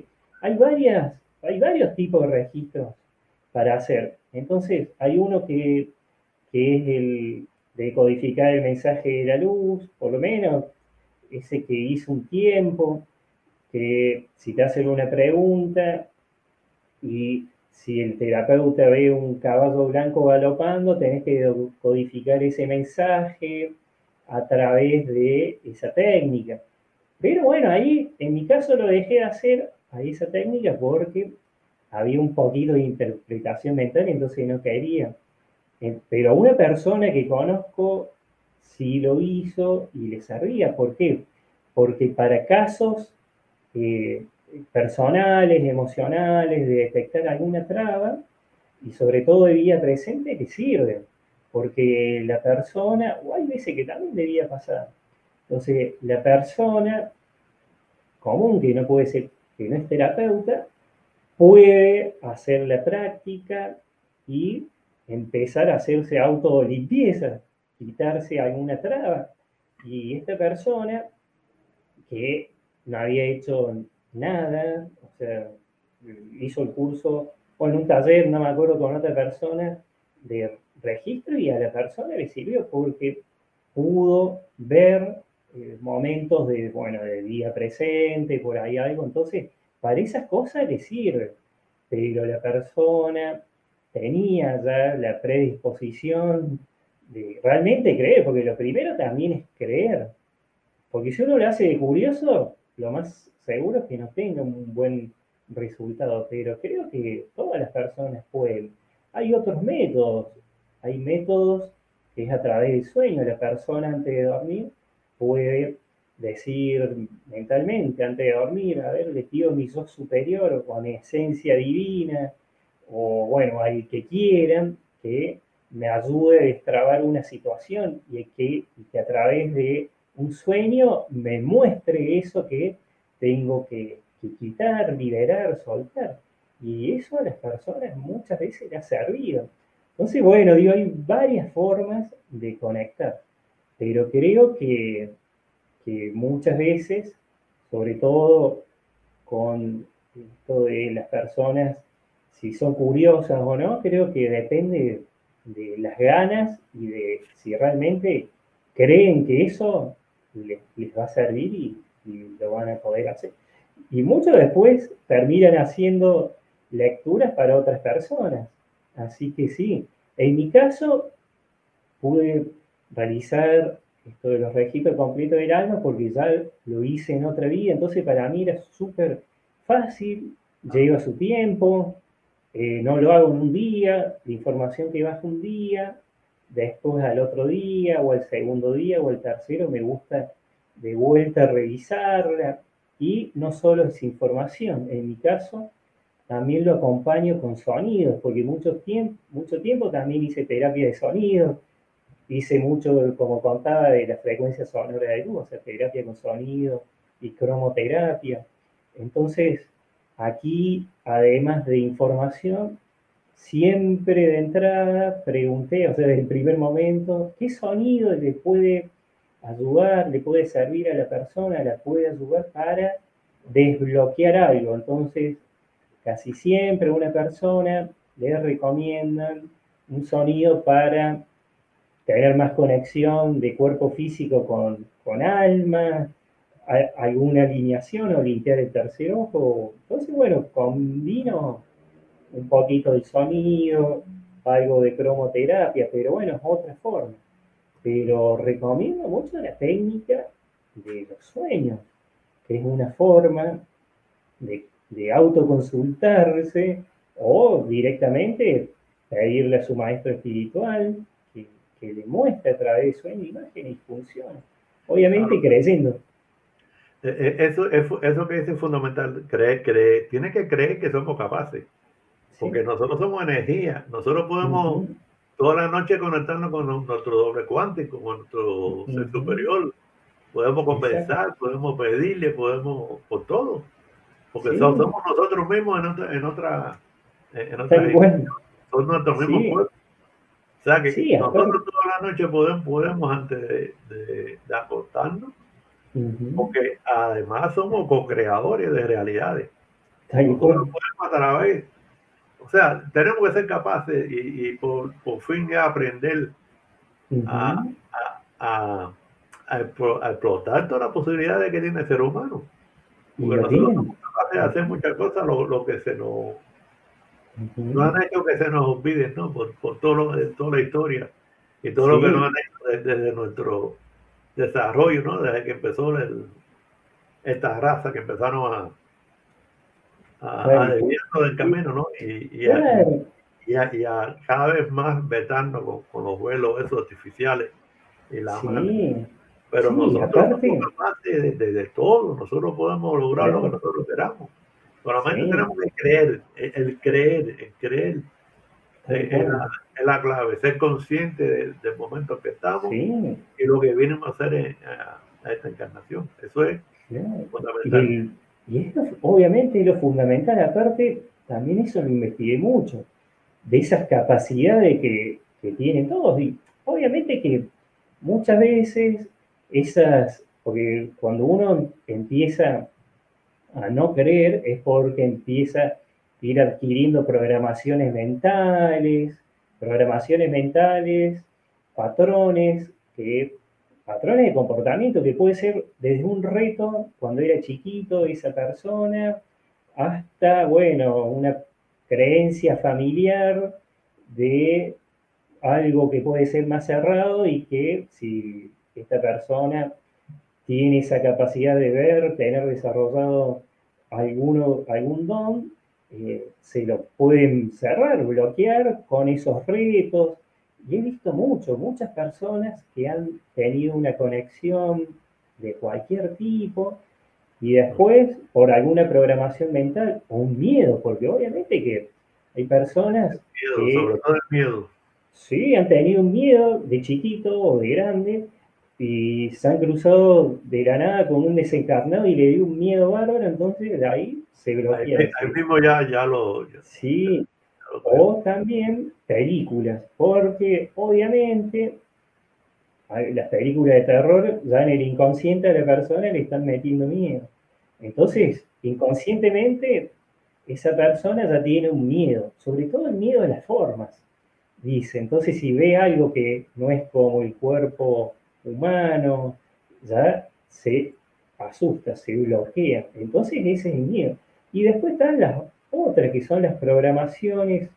hay varios tipos de registros para hacer. Entonces, hay uno que es el de codificar el mensaje de la luz, por lo menos, ese que hizo un tiempo, que si te hacen una pregunta y si el terapeuta ve un caballo blanco galopando, tenés que codificar ese mensaje a través de esa técnica. Pero bueno, ahí en mi caso lo dejé de hacer a esa técnica porque había un poquito de interpretación mental, entonces no quería. Pero una persona que conozco sí lo hizo y le servía. ¿Por qué? Porque para casos eh, personales, emocionales, de detectar alguna traba y sobre todo de vida presente, le sirve. Porque la persona, o hay veces que también debía pasar. Entonces, la persona común, que no puede ser, que no es terapeuta, puede hacer la práctica y empezar a hacerse autolimpieza, quitarse alguna traba. Y esta persona que no había hecho nada, o sea, hizo el curso o en un taller, no me acuerdo, con otra persona de registro y a la persona le sirvió porque pudo ver momentos de, bueno, de día presente, por ahí algo, entonces para esas cosas le sirve, pero la persona tenía ya la predisposición de realmente creer, porque lo primero también es creer, porque si uno lo hace de curioso, lo más seguro es que no tenga un buen resultado, pero creo que todas las personas pueden. hay otros métodos. Hay métodos que es a través del sueño. La persona antes de dormir puede decir mentalmente, antes de dormir, a ver, le pido a mi yo superior o con esencia divina, o bueno, al que quieran, que me ayude a destrabar una situación y que a través de un sueño me muestre eso que tengo que quitar, liberar, soltar. Y eso a las personas muchas veces les ha servido. Entonces, bueno, digo, hay varias formas de conectar, pero creo que muchas veces, sobre todo con esto de las personas, si son curiosas o no, creo que depende de las ganas y de si realmente creen que eso les va a servir y lo van a poder hacer. Y muchos después terminan haciendo lecturas para otras personas. Así que sí, en mi caso pude realizar esto de los registros completos del alma porque ya lo hice en otra vida, entonces para mí era súper fácil, lleva su tiempo, no lo hago en un día, la información que baja un día, después al otro día o al segundo día o al tercero me gusta de vuelta revisarla y no solo es información, en mi caso también lo acompaño con sonidos, porque mucho tiempo también hice terapia de sonidos, hice mucho, como contaba, de la frecuencia sonora de luz, o sea, terapia con sonido y cromoterapia. Entonces, aquí, además de información, siempre de entrada pregunté, o sea, desde el primer momento, ¿qué sonido le puede ayudar, le puede servir a la persona, la puede ayudar para desbloquear algo? Entonces, casi siempre a una persona le recomiendan un sonido para tener más conexión de cuerpo físico con alma, alguna alineación o limpiar el tercer ojo. Entonces, bueno, combino un poquito de sonido, algo de cromoterapia, pero bueno, es otra forma. Pero recomiendo mucho la técnica de los sueños, que es una forma de autoconsultarse o directamente pedirle a su maestro espiritual que, que le muestre a través de sueño, imagen y funciona. Obviamente Claro. creyendo. Eso que dice es fundamental. Tiene que creer que somos capaces, porque Sí. nosotros somos energía. Nosotros podemos Ujú, toda la noche conectarnos con nuestro doble cuántico, con nuestro ser ujú, superior. Podemos exacto. conversar, podemos pedirle, podemos por todo, porque Sí, somos nosotros mismos en otra tal cual. dimensión. Son nuestros mismos Sí, cuerpos. O sea que sí, aparte. nosotros toda la noche podemos antes de acostarnos, Ujú, porque además somos co-creadores de realidades. tal Nosotros cual. podemos a través, o sea, tenemos que ser capaces y por fin ya aprender a, Ujú, a, a explotar todas las posibilidades que tiene el ser humano. y Porque lo nosotros somos tienen. capaces de Tal hacer cual. muchas cosas, lo que nos Ujú, han hecho que se nos olvide, ¿no? Por toda la historia y todo lo que nos han sí, hecho desde nuestro desarrollo, ¿no? Desde que empezó esta raza que empezaron a tal cual. desviarnos del camino, ¿no? Claro, Y a cada vez más vetarnos con los vuelos esos artificiales y la madre. sí, Pero sí, nosotros somos aparte, capaces de todo, nosotros podemos lograr lo que claro, nosotros queramos. Solamente sí, tenemos que creer, el creer tal es cual, es la clave, ser consciente del momento que estamos sí, y lo que vinimos a hacer a esta encarnación. Eso es claro. Y, fundamental. el, y esto, obviamente, lo fundamental, aparte, también eso lo investigué mucho, de esas capacidades que tienen todos. Y obviamente que muchas veces porque cuando uno empieza a no creer es porque empieza a ir adquiriendo programaciones mentales, patrones, patrones de comportamiento que puede ser desde un reto cuando era chiquito esa persona hasta, bueno, una creencia familiar de algo que puede ser más cerrado y que si esta persona tiene esa capacidad de ver, tener desarrollado algún don, se lo pueden cerrar, bloquear con esos retos. Y he visto muchas personas que han tenido una conexión de cualquier tipo y después por alguna programación mental o un miedo, porque obviamente que hay personas Miedo, que sobre todo el miedo. sí han tenido un miedo de chiquito o de grande y se han cruzado de la nada con un desencarnado y le dio un miedo bárbaro, entonces de ahí se bloquea. Ahí mismo Sí, ya lo creo. o también películas, porque obviamente las películas de terror ya en el inconsciente de la persona le están metiendo miedo. Entonces, inconscientemente, esa persona ya tiene un miedo, sobre todo el miedo a las formas, dice. Entonces, si ve algo que no es como el cuerpo humano, ya se asusta, se bloquea. Entonces, ese es el miedo. Y después están las otras, que son las programaciones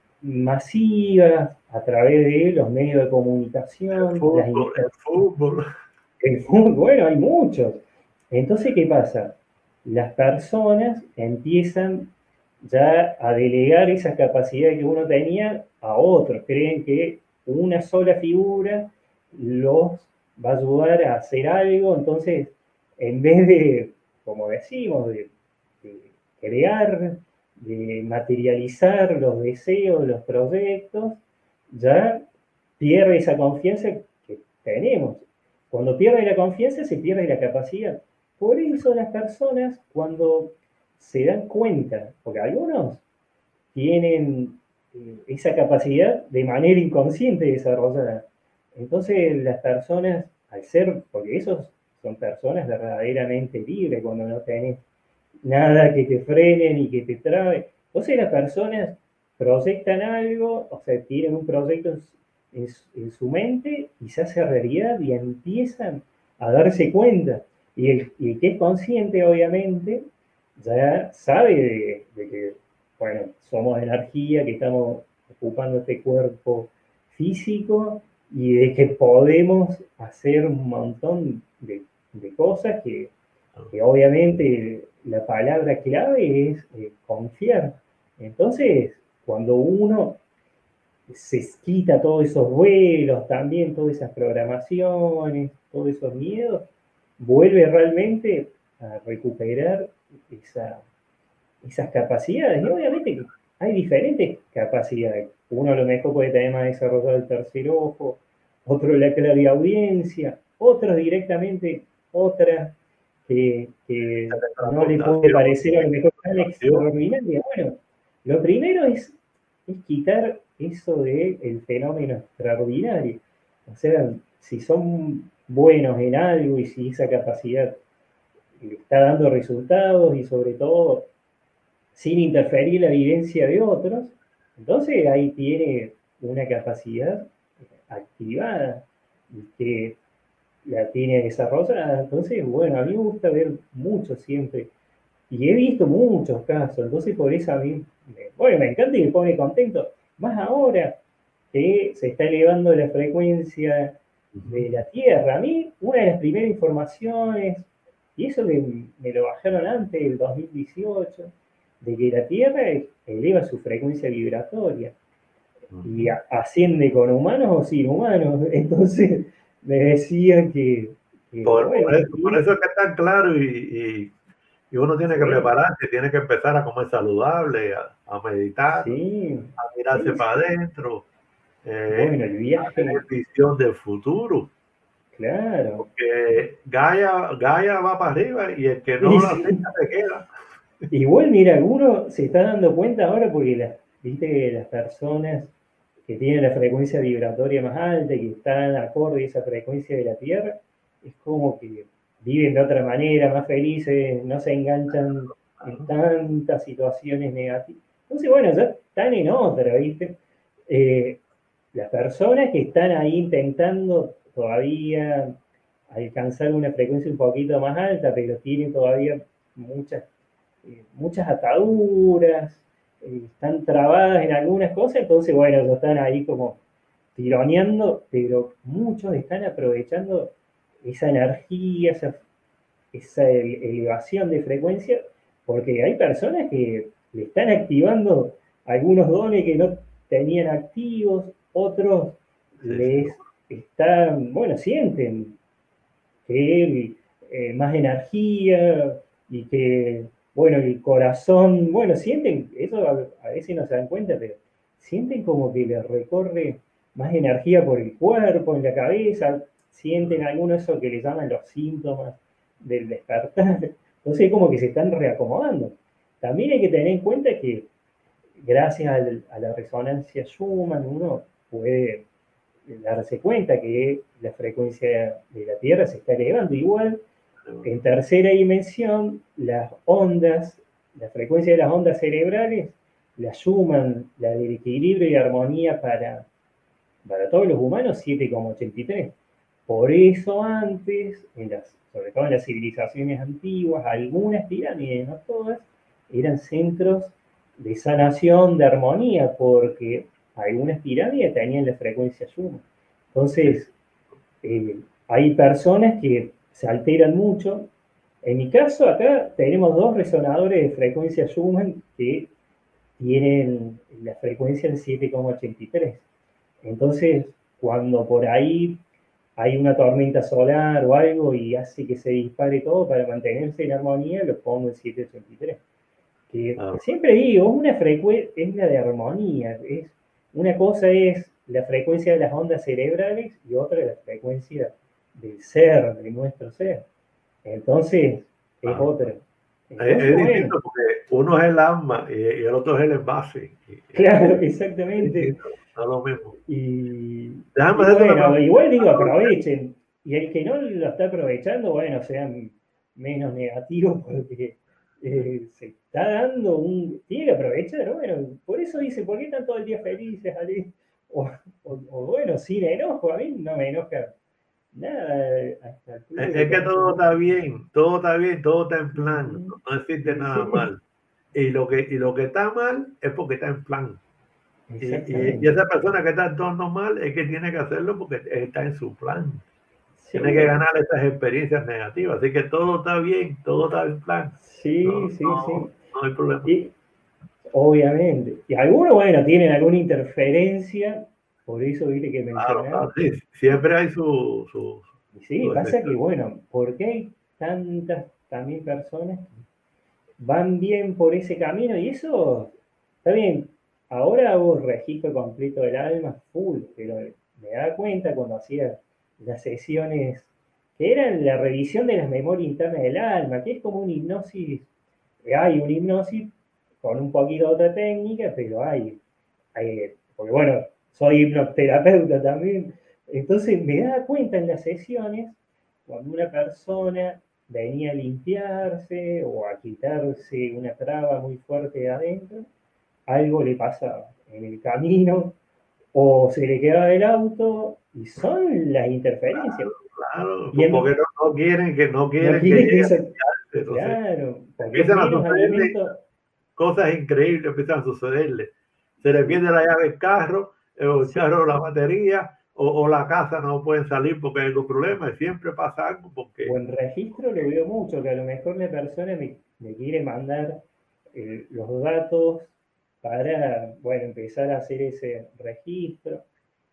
masivas a través de los medios de comunicación, las El fútbol. el fútbol, bueno, hay muchos. Entonces, ¿qué pasa? Las personas empiezan ya a delegar esa capacidad que uno tenía a otros. Creen que una sola figura los va a ayudar a hacer algo. Entonces, en vez de, como decimos, de crear, de materializar los deseos, los proyectos, ya pierde esa confianza que tenemos. Cuando pierde la confianza, se pierde la capacidad. Por eso las personas, cuando se dan cuenta, porque algunos tienen esa capacidad de manera inconsciente desarrollada. Entonces las personas, al ser, porque esos son personas verdaderamente libres, cuando no tenés nada que te frene ni que te trabe. Entonces las personas proyectan algo, o sea, tienen un proyecto en su mente y se hace realidad y empiezan a darse cuenta. Y el que es consciente, obviamente, ya sabe de que, bueno, somos energía, que estamos ocupando este cuerpo físico y de que podemos hacer un montón de cosas que obviamente la palabra clave es confiar. Entonces, cuando uno se quita todos esos vuelos, también todas esas programaciones, todos esos miedos, vuelve realmente a recuperar esa, esas capacidades. Y obviamente hay diferentes capacidades. Uno a lo mejor puede tener más desarrollado el tercer ojo, otro la clariaudiencia, otros directamente otras que no le puede Transportación, parecer a lo mejor tan acción. extraordinaria. Bueno, lo primero es quitar eso del el fenómeno extraordinario. O sea, si son buenos en algo y si esa capacidad le está dando resultados y sobre todo sin interferir la evidencia de otros, entonces ahí tiene una capacidad activada y que la tiene desarrollada. Entonces, bueno, a mí me gusta ver mucho siempre y he visto muchos casos, entonces por eso a mí, bueno, me encanta y me pone contento, más ahora que se está elevando la frecuencia de la Tierra. A mí, una de las primeras informaciones, y eso que me lo bajaron antes del 2018, de que la Tierra eleva su frecuencia vibratoria y asciende con humanos o sin humanos. Entonces me decían que bueno, Por eso es que es tan claro y uno tiene que sí, prepararse, tiene que empezar a comer saludable, a meditar, sí, a mirarse sí, para sí. adentro, Bueno, el a tener viaje, visión del futuro, claro. porque Gaia va para arriba y el que Y no la sí, acepta se queda. igual, mira, uno se está dando cuenta ahora porque viste que las personas que tienen la frecuencia vibratoria más alta y que están acorde a esa frecuencia de la Tierra, es como que viven de otra manera, más felices, no se enganchan en tantas situaciones negativas. Entonces, bueno, ya están en otra, ¿viste? Eh, las personas que están ahí intentando todavía alcanzar una frecuencia un poquito más alta, pero tienen todavía muchas muchas ataduras, están trabadas en algunas cosas, entonces, bueno, ellos están ahí como tironeando, pero muchos están aprovechando esa energía, esa elevación de frecuencia, porque hay personas que le están activando algunos dones que no tenían activos, otros Sí, sí. les están, bueno, sienten que más energía y que, bueno, el corazón, bueno, sienten, eso a veces no se dan cuenta, pero sienten como que les recorre más energía por el cuerpo, en la cabeza, sienten algunos eso que le llaman los síntomas del despertar. Entonces, como que se están reacomodando. También hay que tener en cuenta que gracias a la resonancia Schumann uno puede darse cuenta que la frecuencia de la Tierra se está elevando. Igual, en tercera dimensión, las ondas, la frecuencia de las ondas cerebrales, la Schumann, la del equilibrio y armonía para todos los humanos, 7,83. Por eso antes, sobre todo en las civilizaciones antiguas, algunas pirámides, no todas, eran centros de sanación, de armonía, porque algunas pirámides tenían la frecuencia Schumann. Sí, Entonces, hay personas que se alteran mucho. En mi caso, acá tenemos dos resonadores de frecuencia Schumann que tienen la frecuencia en 7,83. Entonces, cuando por ahí hay una tormenta solar o algo y hace que se dispare todo para mantenerse en armonía, lo pongo en 783. Que claro. siempre digo, una frecuencia es la de armonía. Una cosa es la frecuencia de las ondas cerebrales y otra es la frecuencia del ser, de nuestro ser. Entonces, es Claro. otra. Es Entonces, bueno, distinto porque uno es el alma y el otro es el envase. claro, Es exactamente. distinto, no es lo mismo. Y Déjame hacerte una bueno, pregunta. igual digo, aprovechen. Y el que no lo está aprovechando, bueno, sean menos negativos porque se está dando un... Tiene que aprovechar, bueno, por eso dice, ¿por qué están todo el día felices, Ale? O bueno, sin enojo, a mí no me enoja nada a esta altura de Es que todo camino. está bien, todo está bien, todo está en plan, Ujú. no existe Y nada sí, mal. Y lo que está mal es porque está en plan. Y exactamente. esa persona que está actuando mal es que tiene que hacerlo porque está en su plan. Tiene que Sí, ganar esas experiencias negativas. Así que todo está bien, todo está en plan. sí, No, sí, sí. no hay problema. Y obviamente. Y algunos, bueno, tienen alguna interferencia, por eso viste que Claro, mencionaba. claro, sí, siempre hay Y sí, su pasa que, excepción. bueno, ¿por qué hay tantas también personas que van bien por ese camino? Y eso, está bien, ahora hago registro completo del alma, full, pero me da cuenta cuando hacía las sesiones que eran la revisión de las memorias internas del alma, que es como una hipnosis, hay una hipnosis con un poquito de otra técnica, pero porque bueno, soy hipnoterapeuta también, entonces me daba cuenta en las sesiones cuando una persona venía a limpiarse o a quitarse una traba muy fuerte de adentro, algo le pasaba en el camino o se le quedaba el auto y son las interferencias. Claro, Y porque no no quieren que quiere que llegue a eso, limpiarse. Entonces, claro, porque es empiezan a menos sucederle alimento. cosas increíbles, empiezan a sucederle. Se le pierde la llave del carro, o el Sí, carro la batería, o la casa no pueden salir porque hay algún problema, y siempre pasa algo o porque, en registro lo veo mucho, que a lo mejor la persona me quiere mandar los datos para, bueno, empezar a hacer ese registro.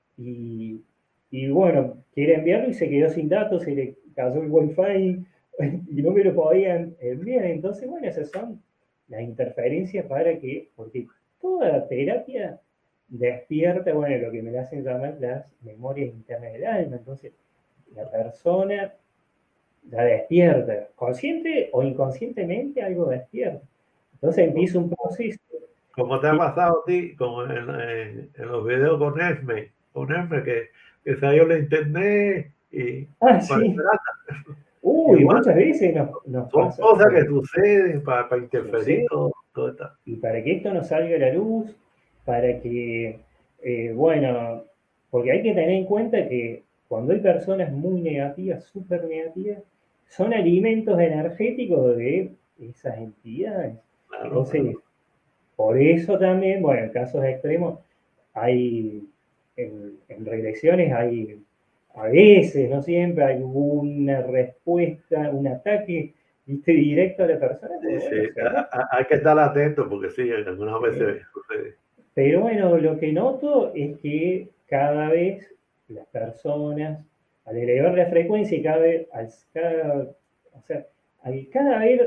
Y, y bueno, quiere enviarlo y se quedó sin datos, se le cayó el wifi y no me lo podían enviar. Entonces, bueno, esas son las interferencias para que, porque toda terapia despierta, bueno, lo que me hacen llamar las memorias internas del alma. Entonces, la persona la despierta, consciente o inconscientemente algo despierta. Entonces empieza un proceso como te ha que, pasado a ti, como en los videos con Esme que se ha ido la internet y sí, parecerá uy, igual. muchas veces nos Son pasa, cosas que suceden para interferir sucede, todo está. y para que esto no salga a la luz, para que, bueno, porque hay que tener en cuenta que cuando hay personas muy negativas, súper negativas, son alimentos energéticos de esas entidades. Claro, claro. Entonces, por eso también, bueno, en casos extremos, hay, en regresiones hay, a veces, no siempre, hay una respuesta, un ataque viste, directo a la persona, Sí, pues sí. bueno, cerrar. Hay que estar atento porque sí, algunas Eh, veces sucede. pero bueno, lo que noto es que cada vez las personas, al elevar la frecuencia y cada vez, o sea, cada vez,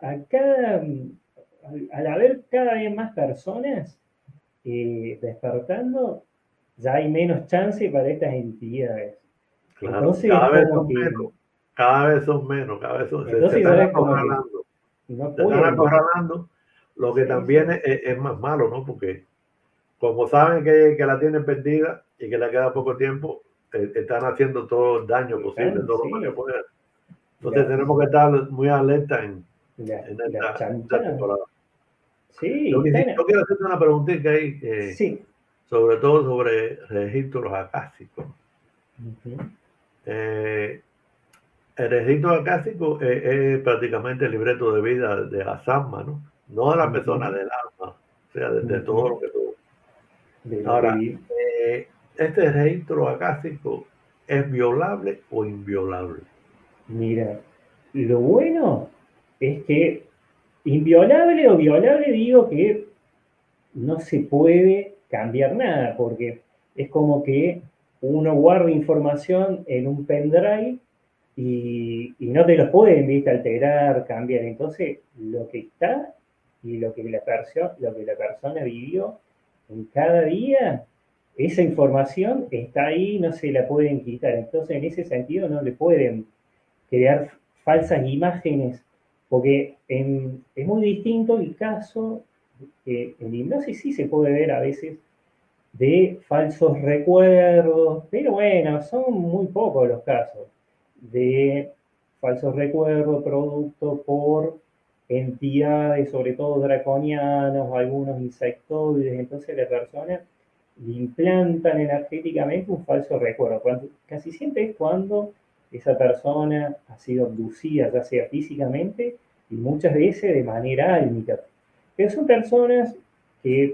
al haber cada vez más personas despertando, ya hay menos chance para estas entidades. Claro, Entonces es como que, cada vez son menos, cada vez se entonces están ya es como que acorralando, no se están pueden. acorralando, lo que Sí, sí, también es más malo, ¿no? Porque como saben que la tienen perdida y que le queda poco tiempo, están haciendo todo el daño posible, están, todo lo más que sí, puedan. Entonces las, tenemos que estar muy alerta en las esta chanchadas. temporada. Sí, están, Yo quiero hacerte una preguntita ahí, sí. sobre todo sobre registros acásticos. Ujú, Eh, el registro acástico es prácticamente el libreto de vida de las almas, ¿no? No de la persona, ujú, del alma, o sea, de todo ujú, lo que tuvo. de lo que Ahora, vi. ¿este registro acástico es violable o inviolable? Mira, lo bueno es que inviolable o violable digo que no se puede cambiar nada, porque es como que uno guarda información en un pendrive y no te lo pueden, ¿viste? Alterar, cambiar. Entonces, lo que está y lo que la persona vivió en cada día, esa información está ahí, no se la pueden quitar. Entonces, en ese sentido, no le pueden crear falsas imágenes, porque es muy distinto el caso que en hipnosis sí se puede ver a veces de falsos recuerdos, pero bueno, son muy pocos los casos de falsos recuerdos producto por entidades, sobre todo draconianos, algunos insectoides, entonces la persona le implantan energéticamente un falso recuerdo. Casi siempre es cuando esa persona ha sido abducida, ya sea físicamente y muchas veces de manera álmica. Pero son personas que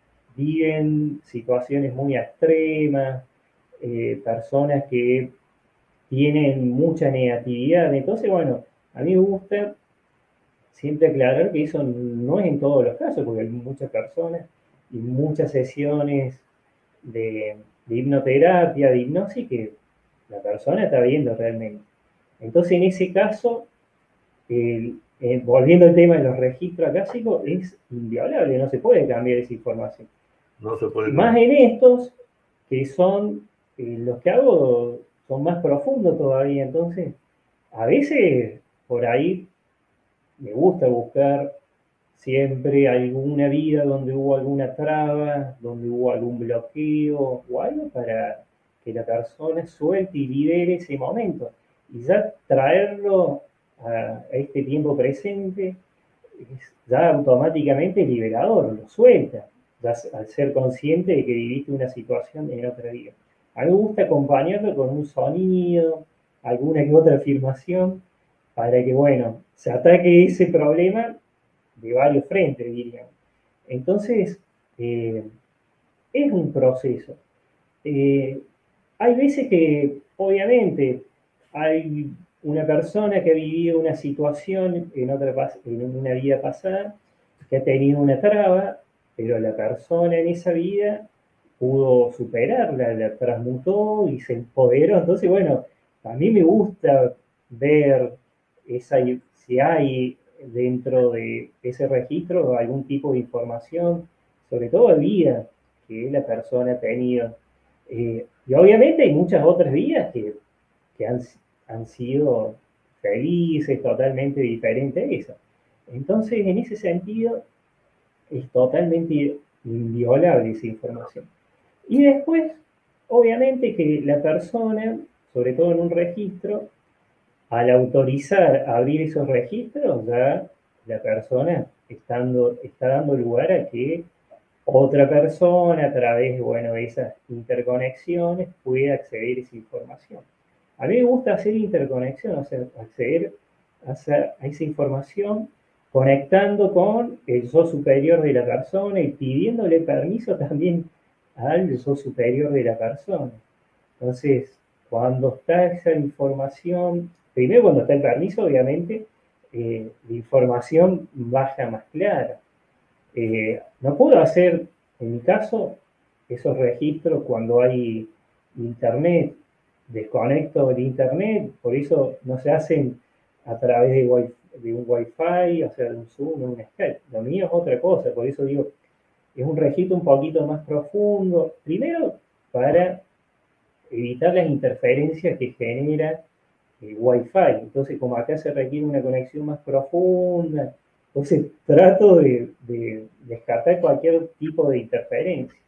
viven situaciones muy extremas, personas que tienen mucha negatividad. Entonces, bueno, a mí me gusta siempre aclarar que eso no es en todos los casos, porque hay muchas personas y muchas sesiones de, de hipnoterapia, de hipnosis, que la persona está viendo realmente. Entonces, en ese caso, volviendo al tema de los registros acásicos, es inviolable, no se puede cambiar esa información. No se Y puede más cambiar. en estos, que son los que hago, son más profundos todavía. Entonces, a veces por ahí me gusta buscar siempre alguna vida donde hubo alguna traba, donde hubo algún bloqueo o algo para que la persona suelte y libere ese momento. Y ya traerlo a este tiempo presente es ya automáticamente liberador, lo suelta, ya al ser consciente de que viviste una situación en otra vida. A mí me gusta acompañarlo con un sonido, alguna que otra afirmación, para que, bueno, se ataque ese problema de varios frentes, diríamos. Entonces, eh, es un proceso. Eh, hay veces que, obviamente, hay una persona que ha vivido una situación en una vida pasada, que ha tenido una traba, pero la persona en esa vida pudo superarla, la transmutó y se empoderó. Entonces, bueno, a mí me gusta ver si hay dentro de ese registro algún tipo de información, sobre todo de vida que la persona ha tenido. Y obviamente hay muchas otras vidas que han sido felices, totalmente diferentes a esa. Entonces, en ese sentido, es totalmente inviolable esa información. Y después, obviamente que la persona, sobre todo en un registro, al autorizar abrir esos registros, ya la persona está dando lugar a que otra persona, a través bueno, de esas interconexiones, pueda acceder a esa información. A mí me gusta hacer interconexión, o sea, acceder a esa información conectando con el yo superior de la persona y pidiéndole permiso también al yo superior de la persona. Entonces, cuando está esa información, primero cuando está el permiso, obviamente, la información vaya más clara. No puedo hacer, en mi caso, esos registros cuando hay internet, desconecto el internet, por eso no se hacen a través de un Wi-Fi, o sea, de un Zoom, de un Skype. Lo mío es otra cosa, por eso digo, es un registro un poquito más profundo. Primero, para evitar las interferencias que genera el Wi-Fi. Entonces, como acá se requiere una conexión más profunda, entonces trato de descartar cualquier tipo de interferencia.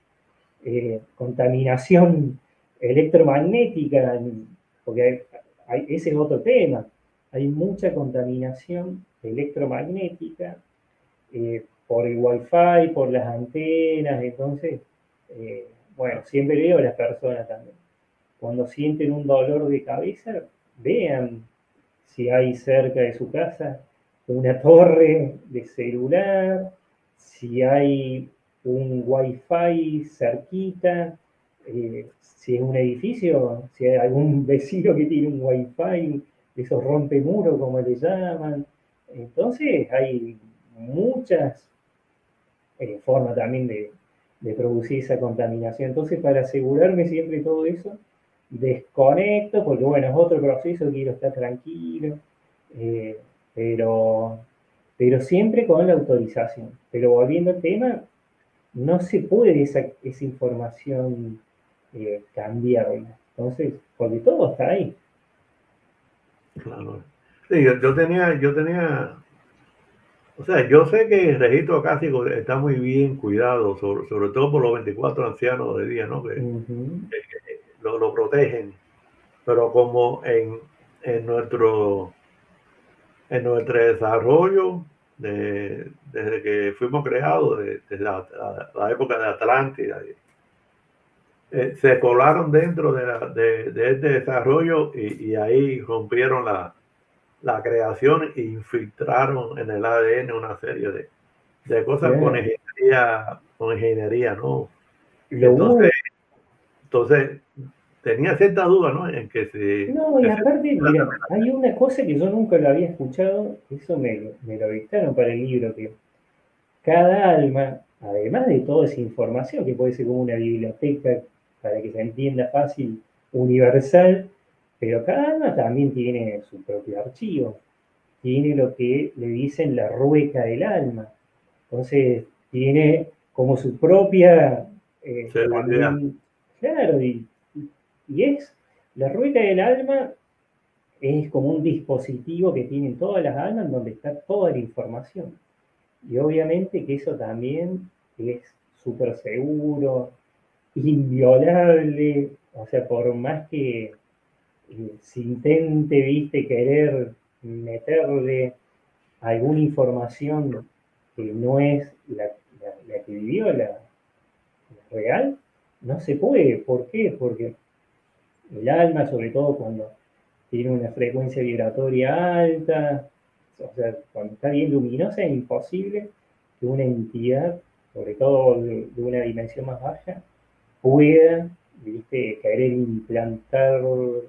Contaminación electromagnética, porque ese es otro tema. Hay mucha contaminación electromagnética por el Wi-Fi, por las antenas, entonces, bueno, siempre leo a las personas también. Cuando sienten un dolor de cabeza, vean si hay cerca de su casa una torre de celular, si hay un wifi cerquita, si es un edificio, si hay algún vecino que tiene un wifi, esos rompemuros como le llaman. Entonces hay muchas formas también de producir esa contaminación. Entonces, para asegurarme siempre de todo eso, desconecto, porque bueno, es otro proceso, quiero estar tranquilo, eh, pero, pero siempre con la autorización. Pero volviendo al tema, no se puede esa información cambiarla. Entonces, porque todo está ahí. Claro. Sí, yo tenía, o sea, yo sé que el registro acásico está muy bien cuidado, sobre todo por los 24 ancianos de día, ¿no? Que Ujú. lo protegen, pero como en nuestro, en nuestro desarrollo, desde que fuimos creados, desde la época de Atlántida, se colaron dentro de este desarrollo y ahí rompieron la creación e infiltraron en el ADN una serie de cosas Claro. con ingeniería, ¿no? Lo Entonces, único. entonces tenía cierta duda, ¿no? En que si No, y que se aparte, mira, hay una cosa que yo nunca lo había escuchado, eso me lo dictaron para el libro, que cada alma, además de toda esa información, que puede ser como una biblioteca, para que se entienda fácil, universal, pero cada alma también tiene su propio archivo, tiene lo que le dicen la rueca del alma. Entonces, tiene como su propia, seguridad. también, claro, y es la rueca del alma es como un dispositivo que tienen todas las almas donde está toda la información. Y obviamente que eso también es súper seguro, inviolable, o sea, por más que se intente, viste, querer meterle alguna información que no es la que vivió la real, no se puede. ¿Por qué? Porque el alma, sobre todo cuando tiene una frecuencia vibratoria alta, o sea, cuando está bien luminosa es imposible que una entidad, sobre todo de una dimensión más baja, pueda, ¿viste?, querer implantar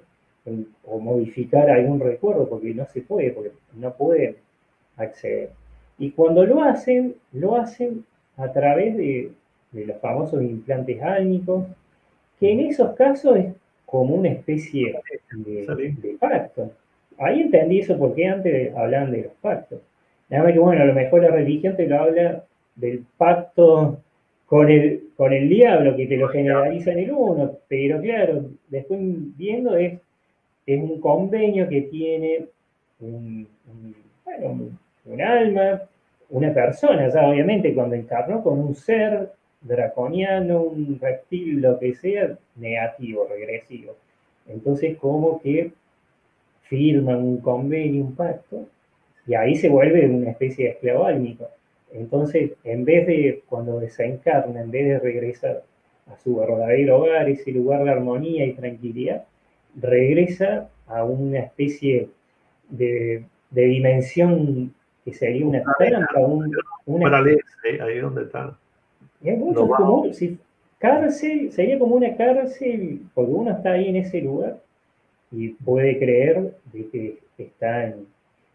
o modificar algún recuerdo, porque no se puede, porque no puede acceder. Y cuando lo hacen a través de los famosos implantes álmicos, que en esos casos es como una especie Salir. de pacto. Ahí entendí eso porque antes hablaban de los pactos. Nada más que bueno, a lo mejor la religión te lo habla del pacto con el diablo, que te lo generaliza en el uno, pero claro, después viendo es un convenio que tiene bueno, un alma, una persona, ya obviamente cuando encarnó con un ser draconiano, un reptil, lo que sea, negativo, regresivo. Entonces, como que firman un convenio, un pacto, y ahí se vuelve una especie de esclavo álmico. Entonces, en vez de, cuando desencarna, en vez de regresar a su verdadero hogar, ese lugar de armonía y tranquilidad, regresa a una especie de dimensión que sería una trampa, una, Paralela, ahí donde está. y hay Lo muchos bajo. como, si, cárcel, sería como una cárcel, porque uno está ahí en ese lugar y puede creer de que está en...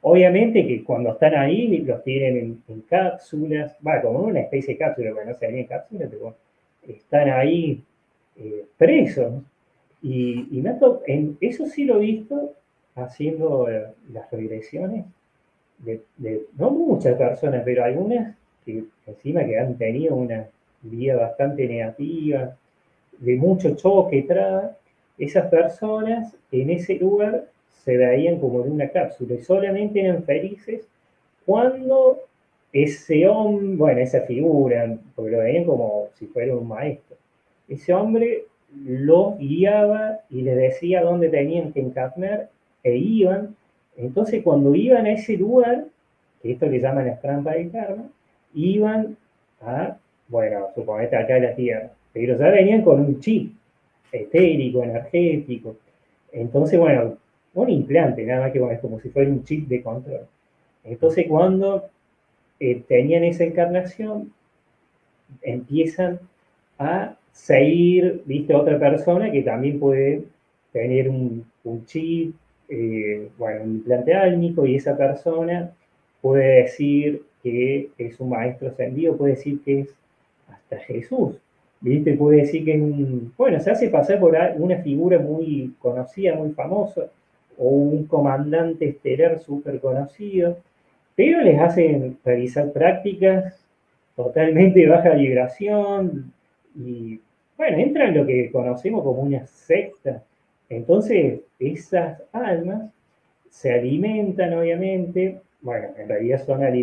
Obviamente que cuando están ahí los tienen en cápsulas, como una especie de cápsula, bueno, no sería en cápsula, pero bueno, están ahí presos. Y eso sí lo he visto haciendo las regresiones no muchas personas, pero algunas que encima que han tenido una vida bastante negativa, de mucho choque, traba, esas personas en ese lugar se veían como en una cápsula y solamente eran felices cuando ese hombre, bueno, esa figura, porque lo veían como si fuera un maestro, ese hombre los guiaba y les decía dónde tenían que encarnar e iban. Entonces, cuando iban a ese lugar, que esto le llaman las trampas de karma, iban a, bueno, suponete acá a la Tierra, pero ya venían con un chip etérico, energético. Entonces, bueno, un implante, nada más que bueno, es como si fuera un chip de control. Entonces, cuando tenían esa encarnación, empiezan a seguir, viste, otra persona que también puede tener un chip, bueno, un implante álmico, y esa persona puede decir que es un maestro ascendido, puede decir que es hasta Jesús, viste, puede decir que es bueno, se hace pasar por una figura muy conocida, muy famosa, o un comandante estelar súper conocido, pero les hacen realizar prácticas totalmente de baja vibración y, bueno, entra en lo que conocemos como una secta. Entonces, esas almas se alimentan, obviamente, bueno, en realidad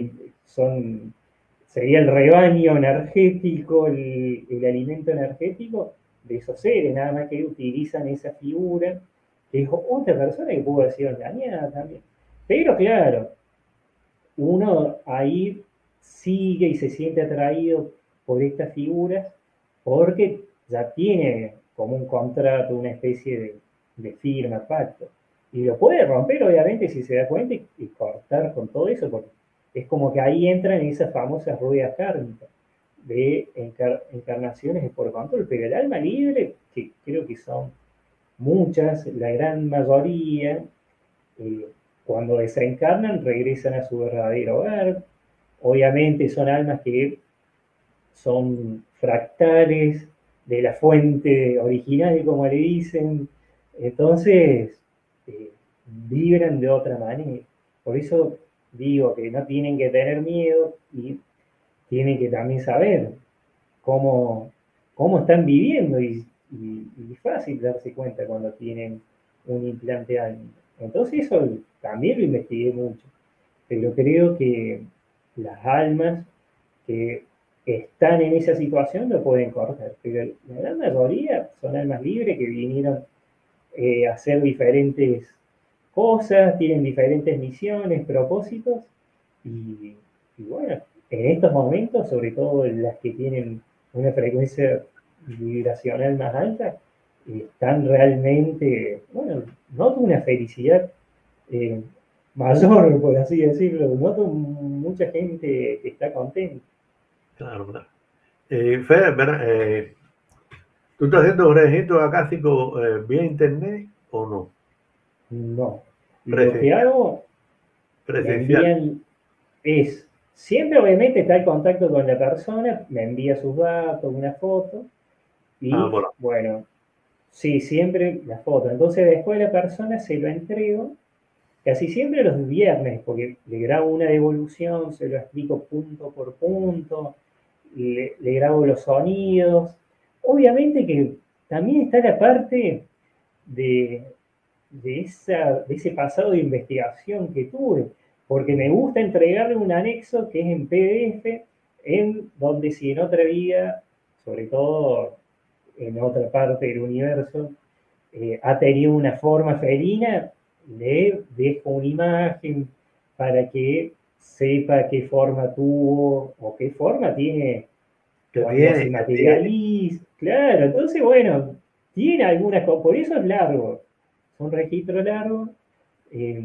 sería el rebaño energético, el alimento energético de esos seres, nada más que utilizan esa figura, que es otra persona que pudo haber sido engañada también. Pero claro, uno ahí sigue y se siente atraído por estas figuras porque ya tiene como un contrato, una especie de firma, pacto. Y lo puede romper, obviamente, si se da cuenta y cortar con todo eso, porque es como que ahí entran esas famosas ruedas kármicas de encarnaciones por control. Pero el alma libre, que creo que son muchas, la gran mayoría, eh, cuando desencarnan regresan a su verdadero hogar. Obviamente son almas que son fractales de la fuente original, como le dicen. Entonces, eh, vibran de otra manera. Por eso digo que no tienen que tener miedo y tienen que también saber cómo, cómo están viviendo y fácil darse cuenta cuando tienen un implante álmico. Entonces eso también lo investigué mucho, pero creo que las almas que están en esa situación lo pueden cortar, pero la gran mayoría son almas libres que vinieron a hacer diferentes cosas, tienen diferentes misiones, propósitos, y, y bueno, en estos momentos, sobre todo las que tienen una frecuencia vibracional más alta, están realmente, bueno, noto una felicidad eh, mayor, por así decirlo, noto mucha gente que está contenta. Claro, claro. Fede, ¿tú estás haciendo un registro acásico vía internet o no? No. Lo que Presencial. hago, me Presencial. envían, siempre obviamente está el contacto con la persona, me envía sus datos, una foto, Ah, y bueno. bueno, sí, siempre la foto. Entonces después la persona se lo entrego, casi siempre los viernes, porque le grabo una devolución, se lo explico punto por punto, le grabo los sonidos. Obviamente que también está la parte de, de ese pasado de investigación que tuve, porque me gusta entregarle un anexo que es en PDF, en donde si en otra vida, sobre todo en otra parte del universo, ha tenido una forma felina, le dejo una imagen para que sepa qué forma tuvo o qué forma tiene Que cuando se tiene, que tiene. materializa. Claro, entonces, bueno, tiene algunas cosas, por eso es largo, es un registro largo. eh,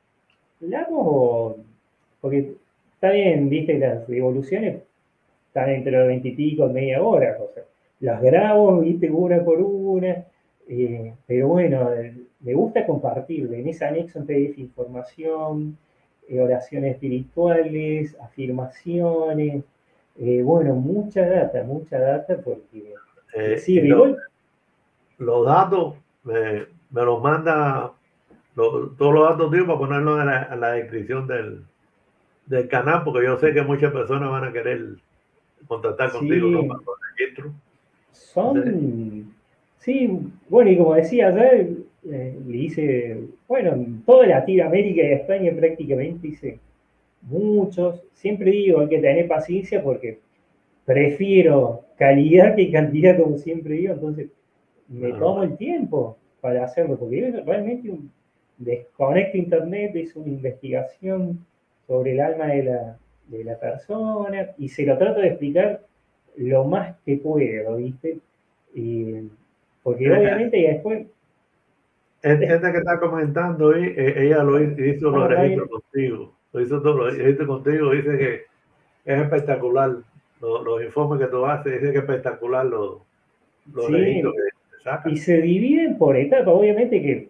Largo, porque está bien, viste, las evoluciones están entre los 20 y pico, media hora, o sea, las grabo, viste, una por una, pero bueno, me gusta compartir en ese anexo en PDF información, oraciones espirituales, afirmaciones, bueno, mucha data porque Y sirve igual. los datos me los manda, todos los datos tíos para ponerlos en la descripción del canal, porque yo sé que muchas personas van a querer contactar contigo, ¿no? Para Sí, los registros. Entonces, son, sí, bueno, y como decía ayer, le hice, bueno, en toda Latinoamérica y España prácticamente hice muchos. Siempre digo, hay que tener paciencia porque prefiero calidad que cantidad, como siempre digo, entonces me claro, tomo el tiempo para hacerlo, porque es realmente un desconecto internet, es una investigación sobre el alma de la persona y se lo trato de explicar lo más que puedo, ¿viste? Y, porque eh, obviamente después, esta que está comentando, ella hizo los bueno, está registros bien. contigo, lo hizo todo, lo hizo contigo, dice que es espectacular los informes que tú haces, dice que es espectacular los registros Sí, que y sacas. se dividen por etapas, obviamente que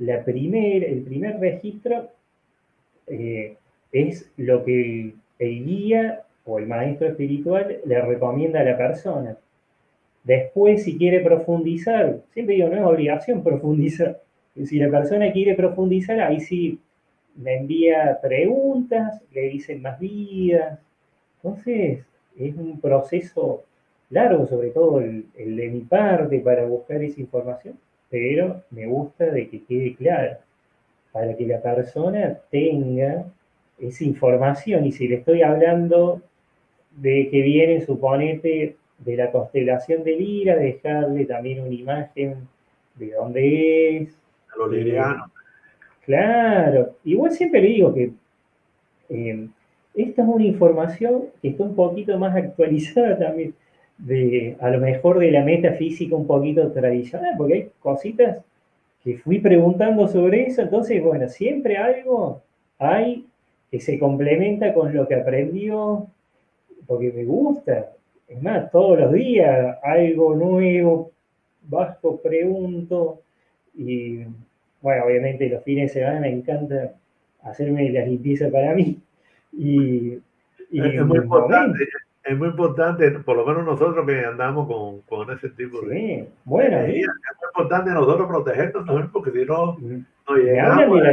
el primer registro eh, es lo que el guía o el maestro espiritual le recomienda a la persona. Después, si quiere profundizar, siempre digo, no es obligación profundizar. Si la persona quiere profundizar, ahí sí me envía preguntas, le dicen más vidas. Entonces, es un proceso largo, sobre todo el de mi parte, para buscar esa información, pero me gusta de que quede claro, para que la persona tenga esa información. Y si le estoy hablando de que viene, suponete, de la constelación de Lira, dejarle también una imagen de dónde es. A los Eh, lirianos. claro, igual siempre le digo que eh, esta es una información que está un poquito más actualizada también, de, a lo mejor de la metafísica un poquito tradicional, porque hay cositas que fui preguntando sobre eso, entonces, bueno, siempre algo hay que se complementa con lo que aprendió, porque me gusta. Es más, todos los días algo nuevo, bajo, pregunto, y bueno, obviamente los fines de semana me encanta hacerme la limpieza para mí y, y Es muy mis momentos. importante, es muy importante, por lo menos nosotros que andamos con ese tipo Sí, de bueno, a energía, mí es muy importante nosotros protegernos también, porque si no, nos me hablan llenamos de de...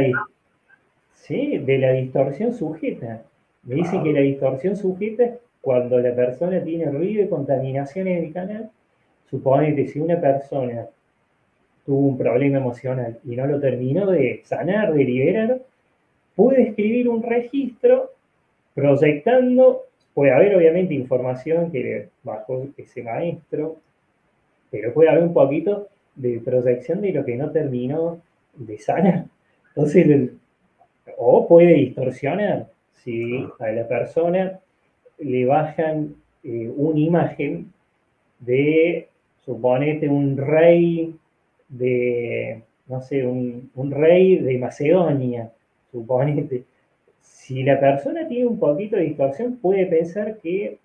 sí, de la distorsión sujeta. Me dicen que Claro, la distorsión sujeta es cuando la persona tiene ruido y contaminación en el canal. Suponete, si una persona tuvo un problema emocional y no lo terminó de sanar, de liberar, puede escribir un registro proyectando, puede haber obviamente información que bajó ese maestro, pero puede haber un poquito de proyección de lo que no terminó de sanar. Entonces, o puede distorsionar si claro. a la persona le bajan una imagen de, suponete, un rey de, no sé, un rey de Macedonia, suponete. Si la persona tiene un poquito de distorsión, puede pensar que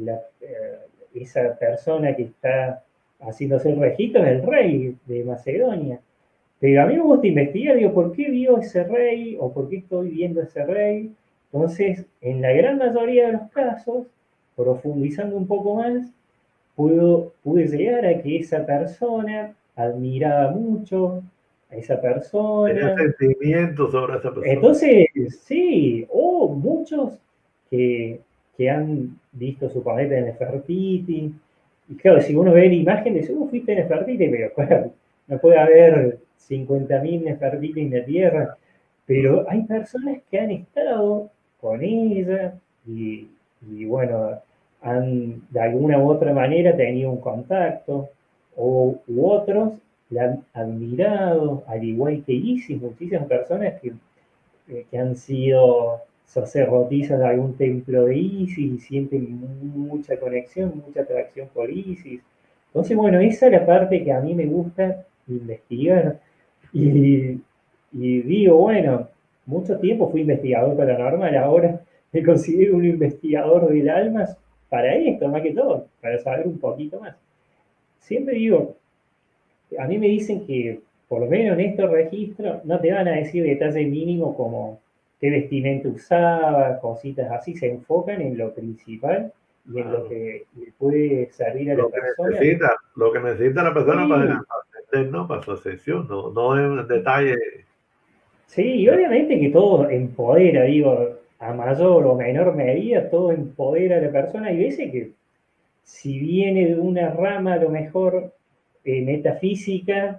esa persona que está haciéndose el registro es el rey de Macedonia. Pero a mí me gusta investigar, digo, ¿por qué vio ese rey o por qué estoy viendo ese rey? Entonces, en la gran mayoría de los casos, profundizando un poco más, pude llegar a que esa persona admiraba mucho a esa Tenía persona. sentimientos sobre esa persona. Entonces, sí, o muchos que, que han visto su planeta en Nefertiti. Y claro, si uno ve la imagen, dice, fuiste en Nefertiti, pero claro, no puede haber 50.000 Nefertiti en la Tierra. Pero hay personas que han estado con ella y bueno, han de alguna u otra manera tenido un contacto, u otros la han admirado, al igual que Isis, muchísimas personas que han sido sacerdotisas de algún templo de Isis y sienten mucha conexión, mucha atracción por Isis. Entonces, bueno, esa es la parte que a mí me gusta investigar. Y, y digo, bueno, mucho tiempo fui investigador paranormal, ahora me considero un investigador del alma para esto, más que todo, para saber un poquito más. Siempre digo, a mí me dicen que por lo menos en estos registros no te van a decir detalle mínimo como, qué vestimenta usaba, cositas así, se enfocan en lo principal y en lo claro. que le puede servir a la persona. Lo que necesita la persona Sí, para ascender, ¿no? Para su ascensión, no es un detalle. sí, y obviamente que todo empodera, digo, a mayor o menor medida, todo empodera a la persona. Hay veces que si viene de una rama a lo mejor metafísica,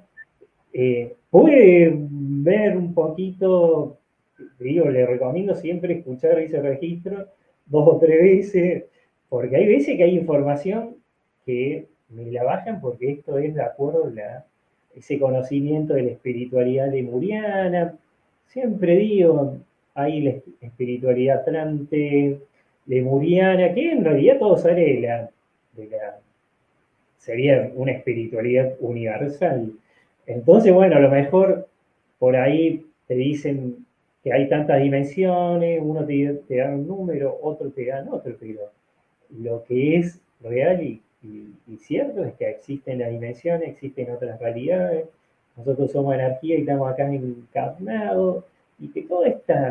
puede ver un poquito, digo, le recomiendo siempre escuchar ese registro 2 o 3 veces, porque hay veces que hay información que me la bajan porque esto es de acuerdo a ese conocimiento de la espiritualidad lemuriana. Siempre digo, hay la espiritualidad atlante, lemuriana, que en realidad todo sale de la sería una espiritualidad universal. Entonces, bueno, a lo mejor por ahí te dicen que hay tantas dimensiones, uno te da un número, otro te dan otro, pero lo que es real y cierto es que existen las dimensiones, existen otras realidades, nosotros somos energía y estamos acá encarnados, y que todo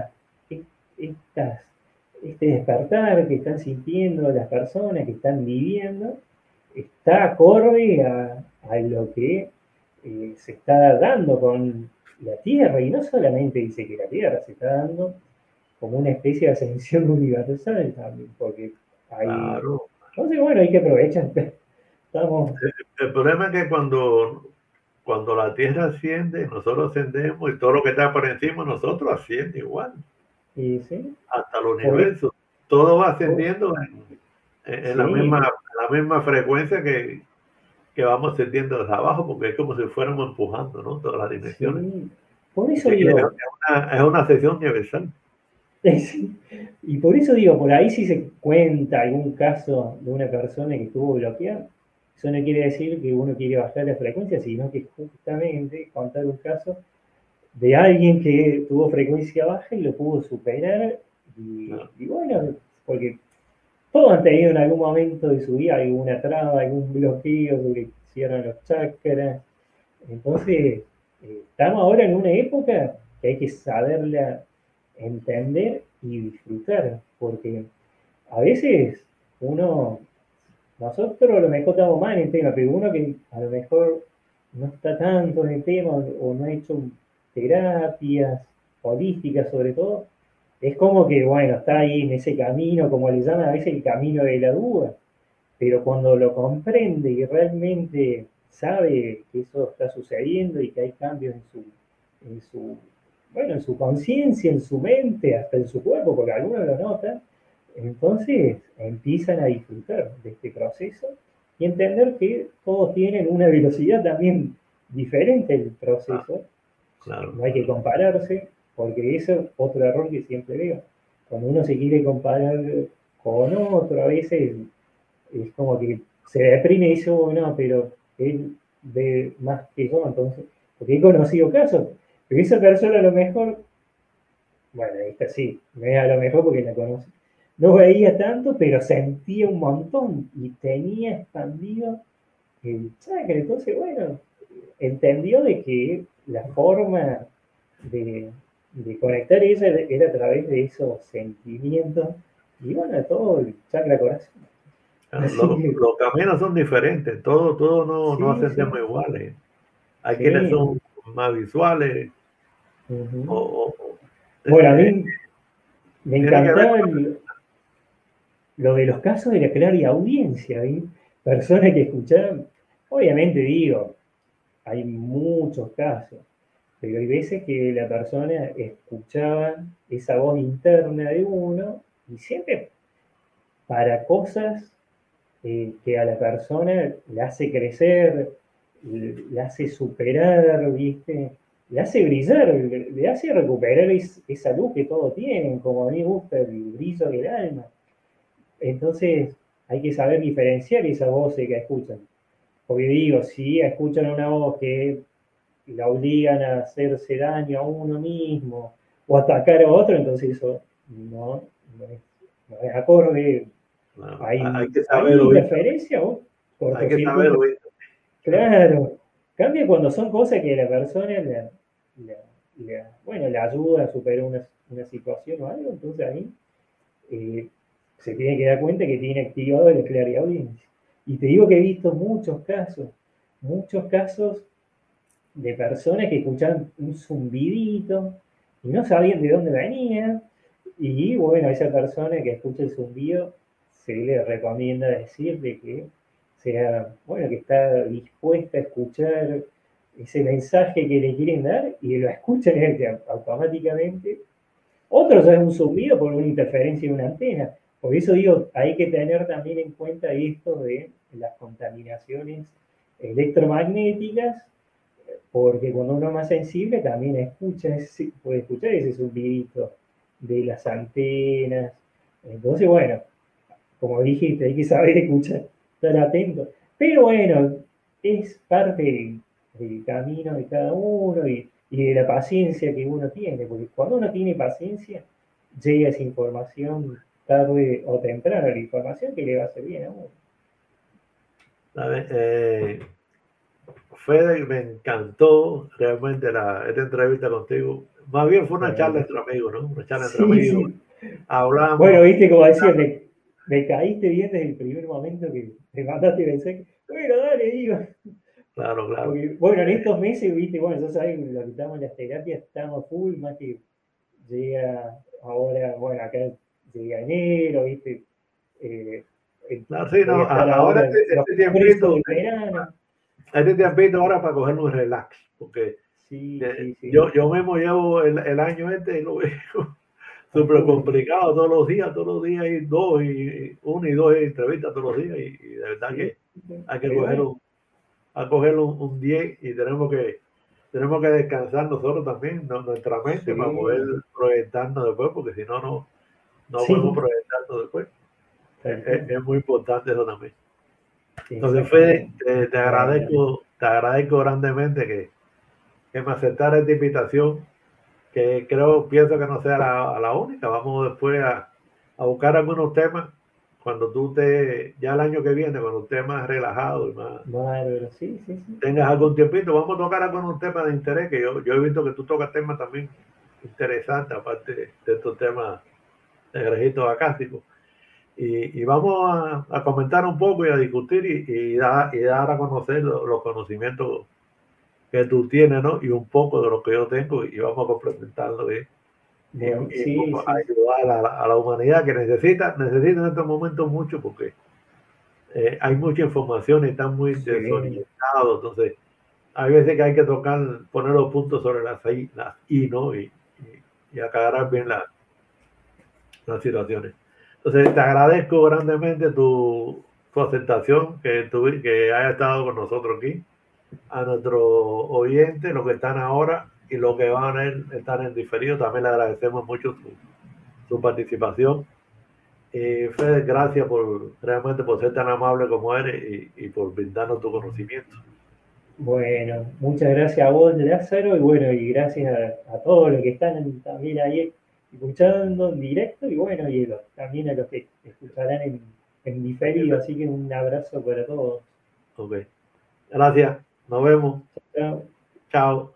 estas, este despertar que están sintiendo las personas, que están viviendo, está acorde a lo que se está dando con la Tierra, y no solamente dice que la Tierra se está dando como una especie de ascensión universal también, porque hay... Claro. Entonces, bueno, hay que aprovechar. Estamos... El problema es que cuando la Tierra asciende, nosotros ascendemos y todo lo que está por encima, nosotros asciende igual, Y sí, hasta el por, universo. Todo va por- ascendiendo en sí, la misma frecuencia que vamos ascendiendo desde abajo, porque es como si fuéramos empujando, ¿no? Todas las dimensiones. sí. Por eso Así que digo, es una ascensión universal. sí, y por eso digo, por ahí si se cuenta algún caso de una persona que estuvo bloqueada, eso no quiere decir que uno quiere bajar la frecuencia, sino que justamente contar un caso de alguien que tuvo frecuencia baja y lo pudo superar. ¿No? Y bueno, porque todos han tenido en algún momento de su vida alguna traba, algún bloqueo que le cierran los chakras. Entonces, estamos ahora en una época que hay que saberla entender y disfrutar, porque a veces uno, nosotros a lo mejor estamos mal en el tema, pero uno que a lo mejor no está tanto en el tema o no ha hecho terapias holísticas sobre todo, es como que, bueno, está ahí en ese camino, como le llaman a veces el camino de la duda, pero cuando lo comprende y realmente sabe que eso está sucediendo y que hay cambios en su, bueno, en su conciencia, en su mente, hasta en su cuerpo, porque algunos lo notan, entonces empiezan a disfrutar de este proceso y entender que todos tienen una velocidad también diferente el Ah, proceso. claro, No hay que compararse, porque eso es otro error que siempre veo. Cuando uno se quiere comparar con otro, a veces es como que se deprime y dice, oh, no, pero él ve más que yo, entonces, porque he conocido casos, pero esa persona a lo mejor, bueno, esta sí, no es a lo mejor porque la conoce, no veía tanto, pero sentía un montón y tenía expandido el chakra, entonces, bueno, entendió de que la forma de, de conectar ella era a través de esos sentimientos y bueno, todo el chakra corazón. claro. Así que Los caminos son diferentes, todo no sí, ascendemos sí, iguales. Hay quienes sí. son más visuales Ujú. o Bueno, a eh, mí me tiene que ver encantaba con lo de los casos de la clara audiencia, ¿sí? Personas que escuchaban, obviamente digo, hay muchos casos, pero hay veces que la persona escuchaba esa voz interna de uno y siempre para cosas que a la persona le hace crecer, le hace superar, ¿viste? Le hace brillar, le hace recuperar esa luz que todos tienen, como a mí me gusta el brillo del alma. Entonces hay que saber diferenciar esas voces que escuchan. Porque digo, si escuchan una voz que la obligan a hacerse daño a uno mismo o atacar a otro, entonces eso no es, no es acorde. no, hay Hay, que hay saberlo oír, interferencia o hay que saberlo cortocircuito. oír. Claro. Cambia cuando son cosas que la persona la, bueno, la ayuda a superar una situación o algo, entonces ahí eh, se tiene que dar cuenta que tiene activado la clariaudiencia. Y te digo que he visto muchos casos de personas que escuchaban un zumbidito y no sabían de dónde venía. Y bueno, a esa persona que escucha el zumbido se le recomienda decirle que sea, bueno, que está dispuesta a escuchar ese mensaje que le quieren dar y lo escuchan automáticamente. Otros es un zumbido por una interferencia de una antena. Por eso digo, hay que tener también en cuenta esto de las contaminaciones electromagnéticas, porque cuando uno es más sensible también puede escuchar ese zumbidito de las antenas. Entonces, bueno, como dijiste, hay que saber escuchar, estar atento. Pero bueno, es parte del camino de cada uno y de la paciencia que uno tiene, porque cuando uno tiene paciencia, llega esa información tarde o temprano, la información que le va a hacer bien a uno. Fede, me encantó realmente esta entrevista contigo. Más bien fue una charla Bueno, entre amigos, ¿no? Una charla entre sí, amigos. sí. Bueno, Hablamos. viste, como decía, me caíste bien desde el primer momento que me mandaste mensaje. Bueno, dale, digo. Claro, claro. Porque, bueno, en estos meses, viste, bueno, ya sabes, lo que estamos en las terapias, estamos full, más que llega ahora, bueno, acá llega enero, viste, eh, Claro, sí, voy no, a estar ahora ahora los congresos del verano. este tiempito ahora para coger un relax, porque Sí, sí, sí. yo mismo llevo el año y lo veo A súper full. complicado todos los días hay una y dos entrevistas todos los días y de verdad Sí, que sí. hay que Pero bueno, coger un 10 y tenemos que descansar nosotros también, nuestra mente para poder sí, proyectarnos después, porque si no, no podemos sí, proyectarnos después. tal cual. Es muy importante eso también. Entonces, Fede, Exactamente. Bueno, te agradezco grandemente que me aceptara esta invitación, que pienso que no sea la única. Vamos después a buscar algunos temas cuando ya el año que viene, cuando estés más relajado y más, bárbaro, sí, sí, sí. tengas algún tiempito, vamos a tocar algunos temas de interés, que yo he visto que tú tocas temas también interesantes, aparte de estos temas de registros acásticos. Y vamos a comentar un poco y a discutir y dar a conocer los conocimientos que tú tienes, ¿no? Y un poco de lo que yo tengo y vamos a complementarlo Bueno, y sí, sí, ayudar a la humanidad que necesita en estos momentos mucho porque hay mucha información y están muy sí, desorientados. Entonces, hay veces que hay que poner los puntos sobre las I, ¿no? Y aclarar bien las situaciones. Entonces, te agradezco grandemente tu aceptación, que haya estado con nosotros aquí, a nuestros oyentes, los que están ahora y los que van a estar en diferido, también le agradecemos mucho su participación. Fede, gracias realmente por ser tan amable como eres y por brindarnos tu conocimiento. bueno, muchas gracias a vos, Lázaro, y bueno, y gracias a todos los que están también ahí escuchando en directo, y bueno, también a los que escucharán en diferido, así que un abrazo para todos. Ok, gracias, nos vemos, Chao. chao.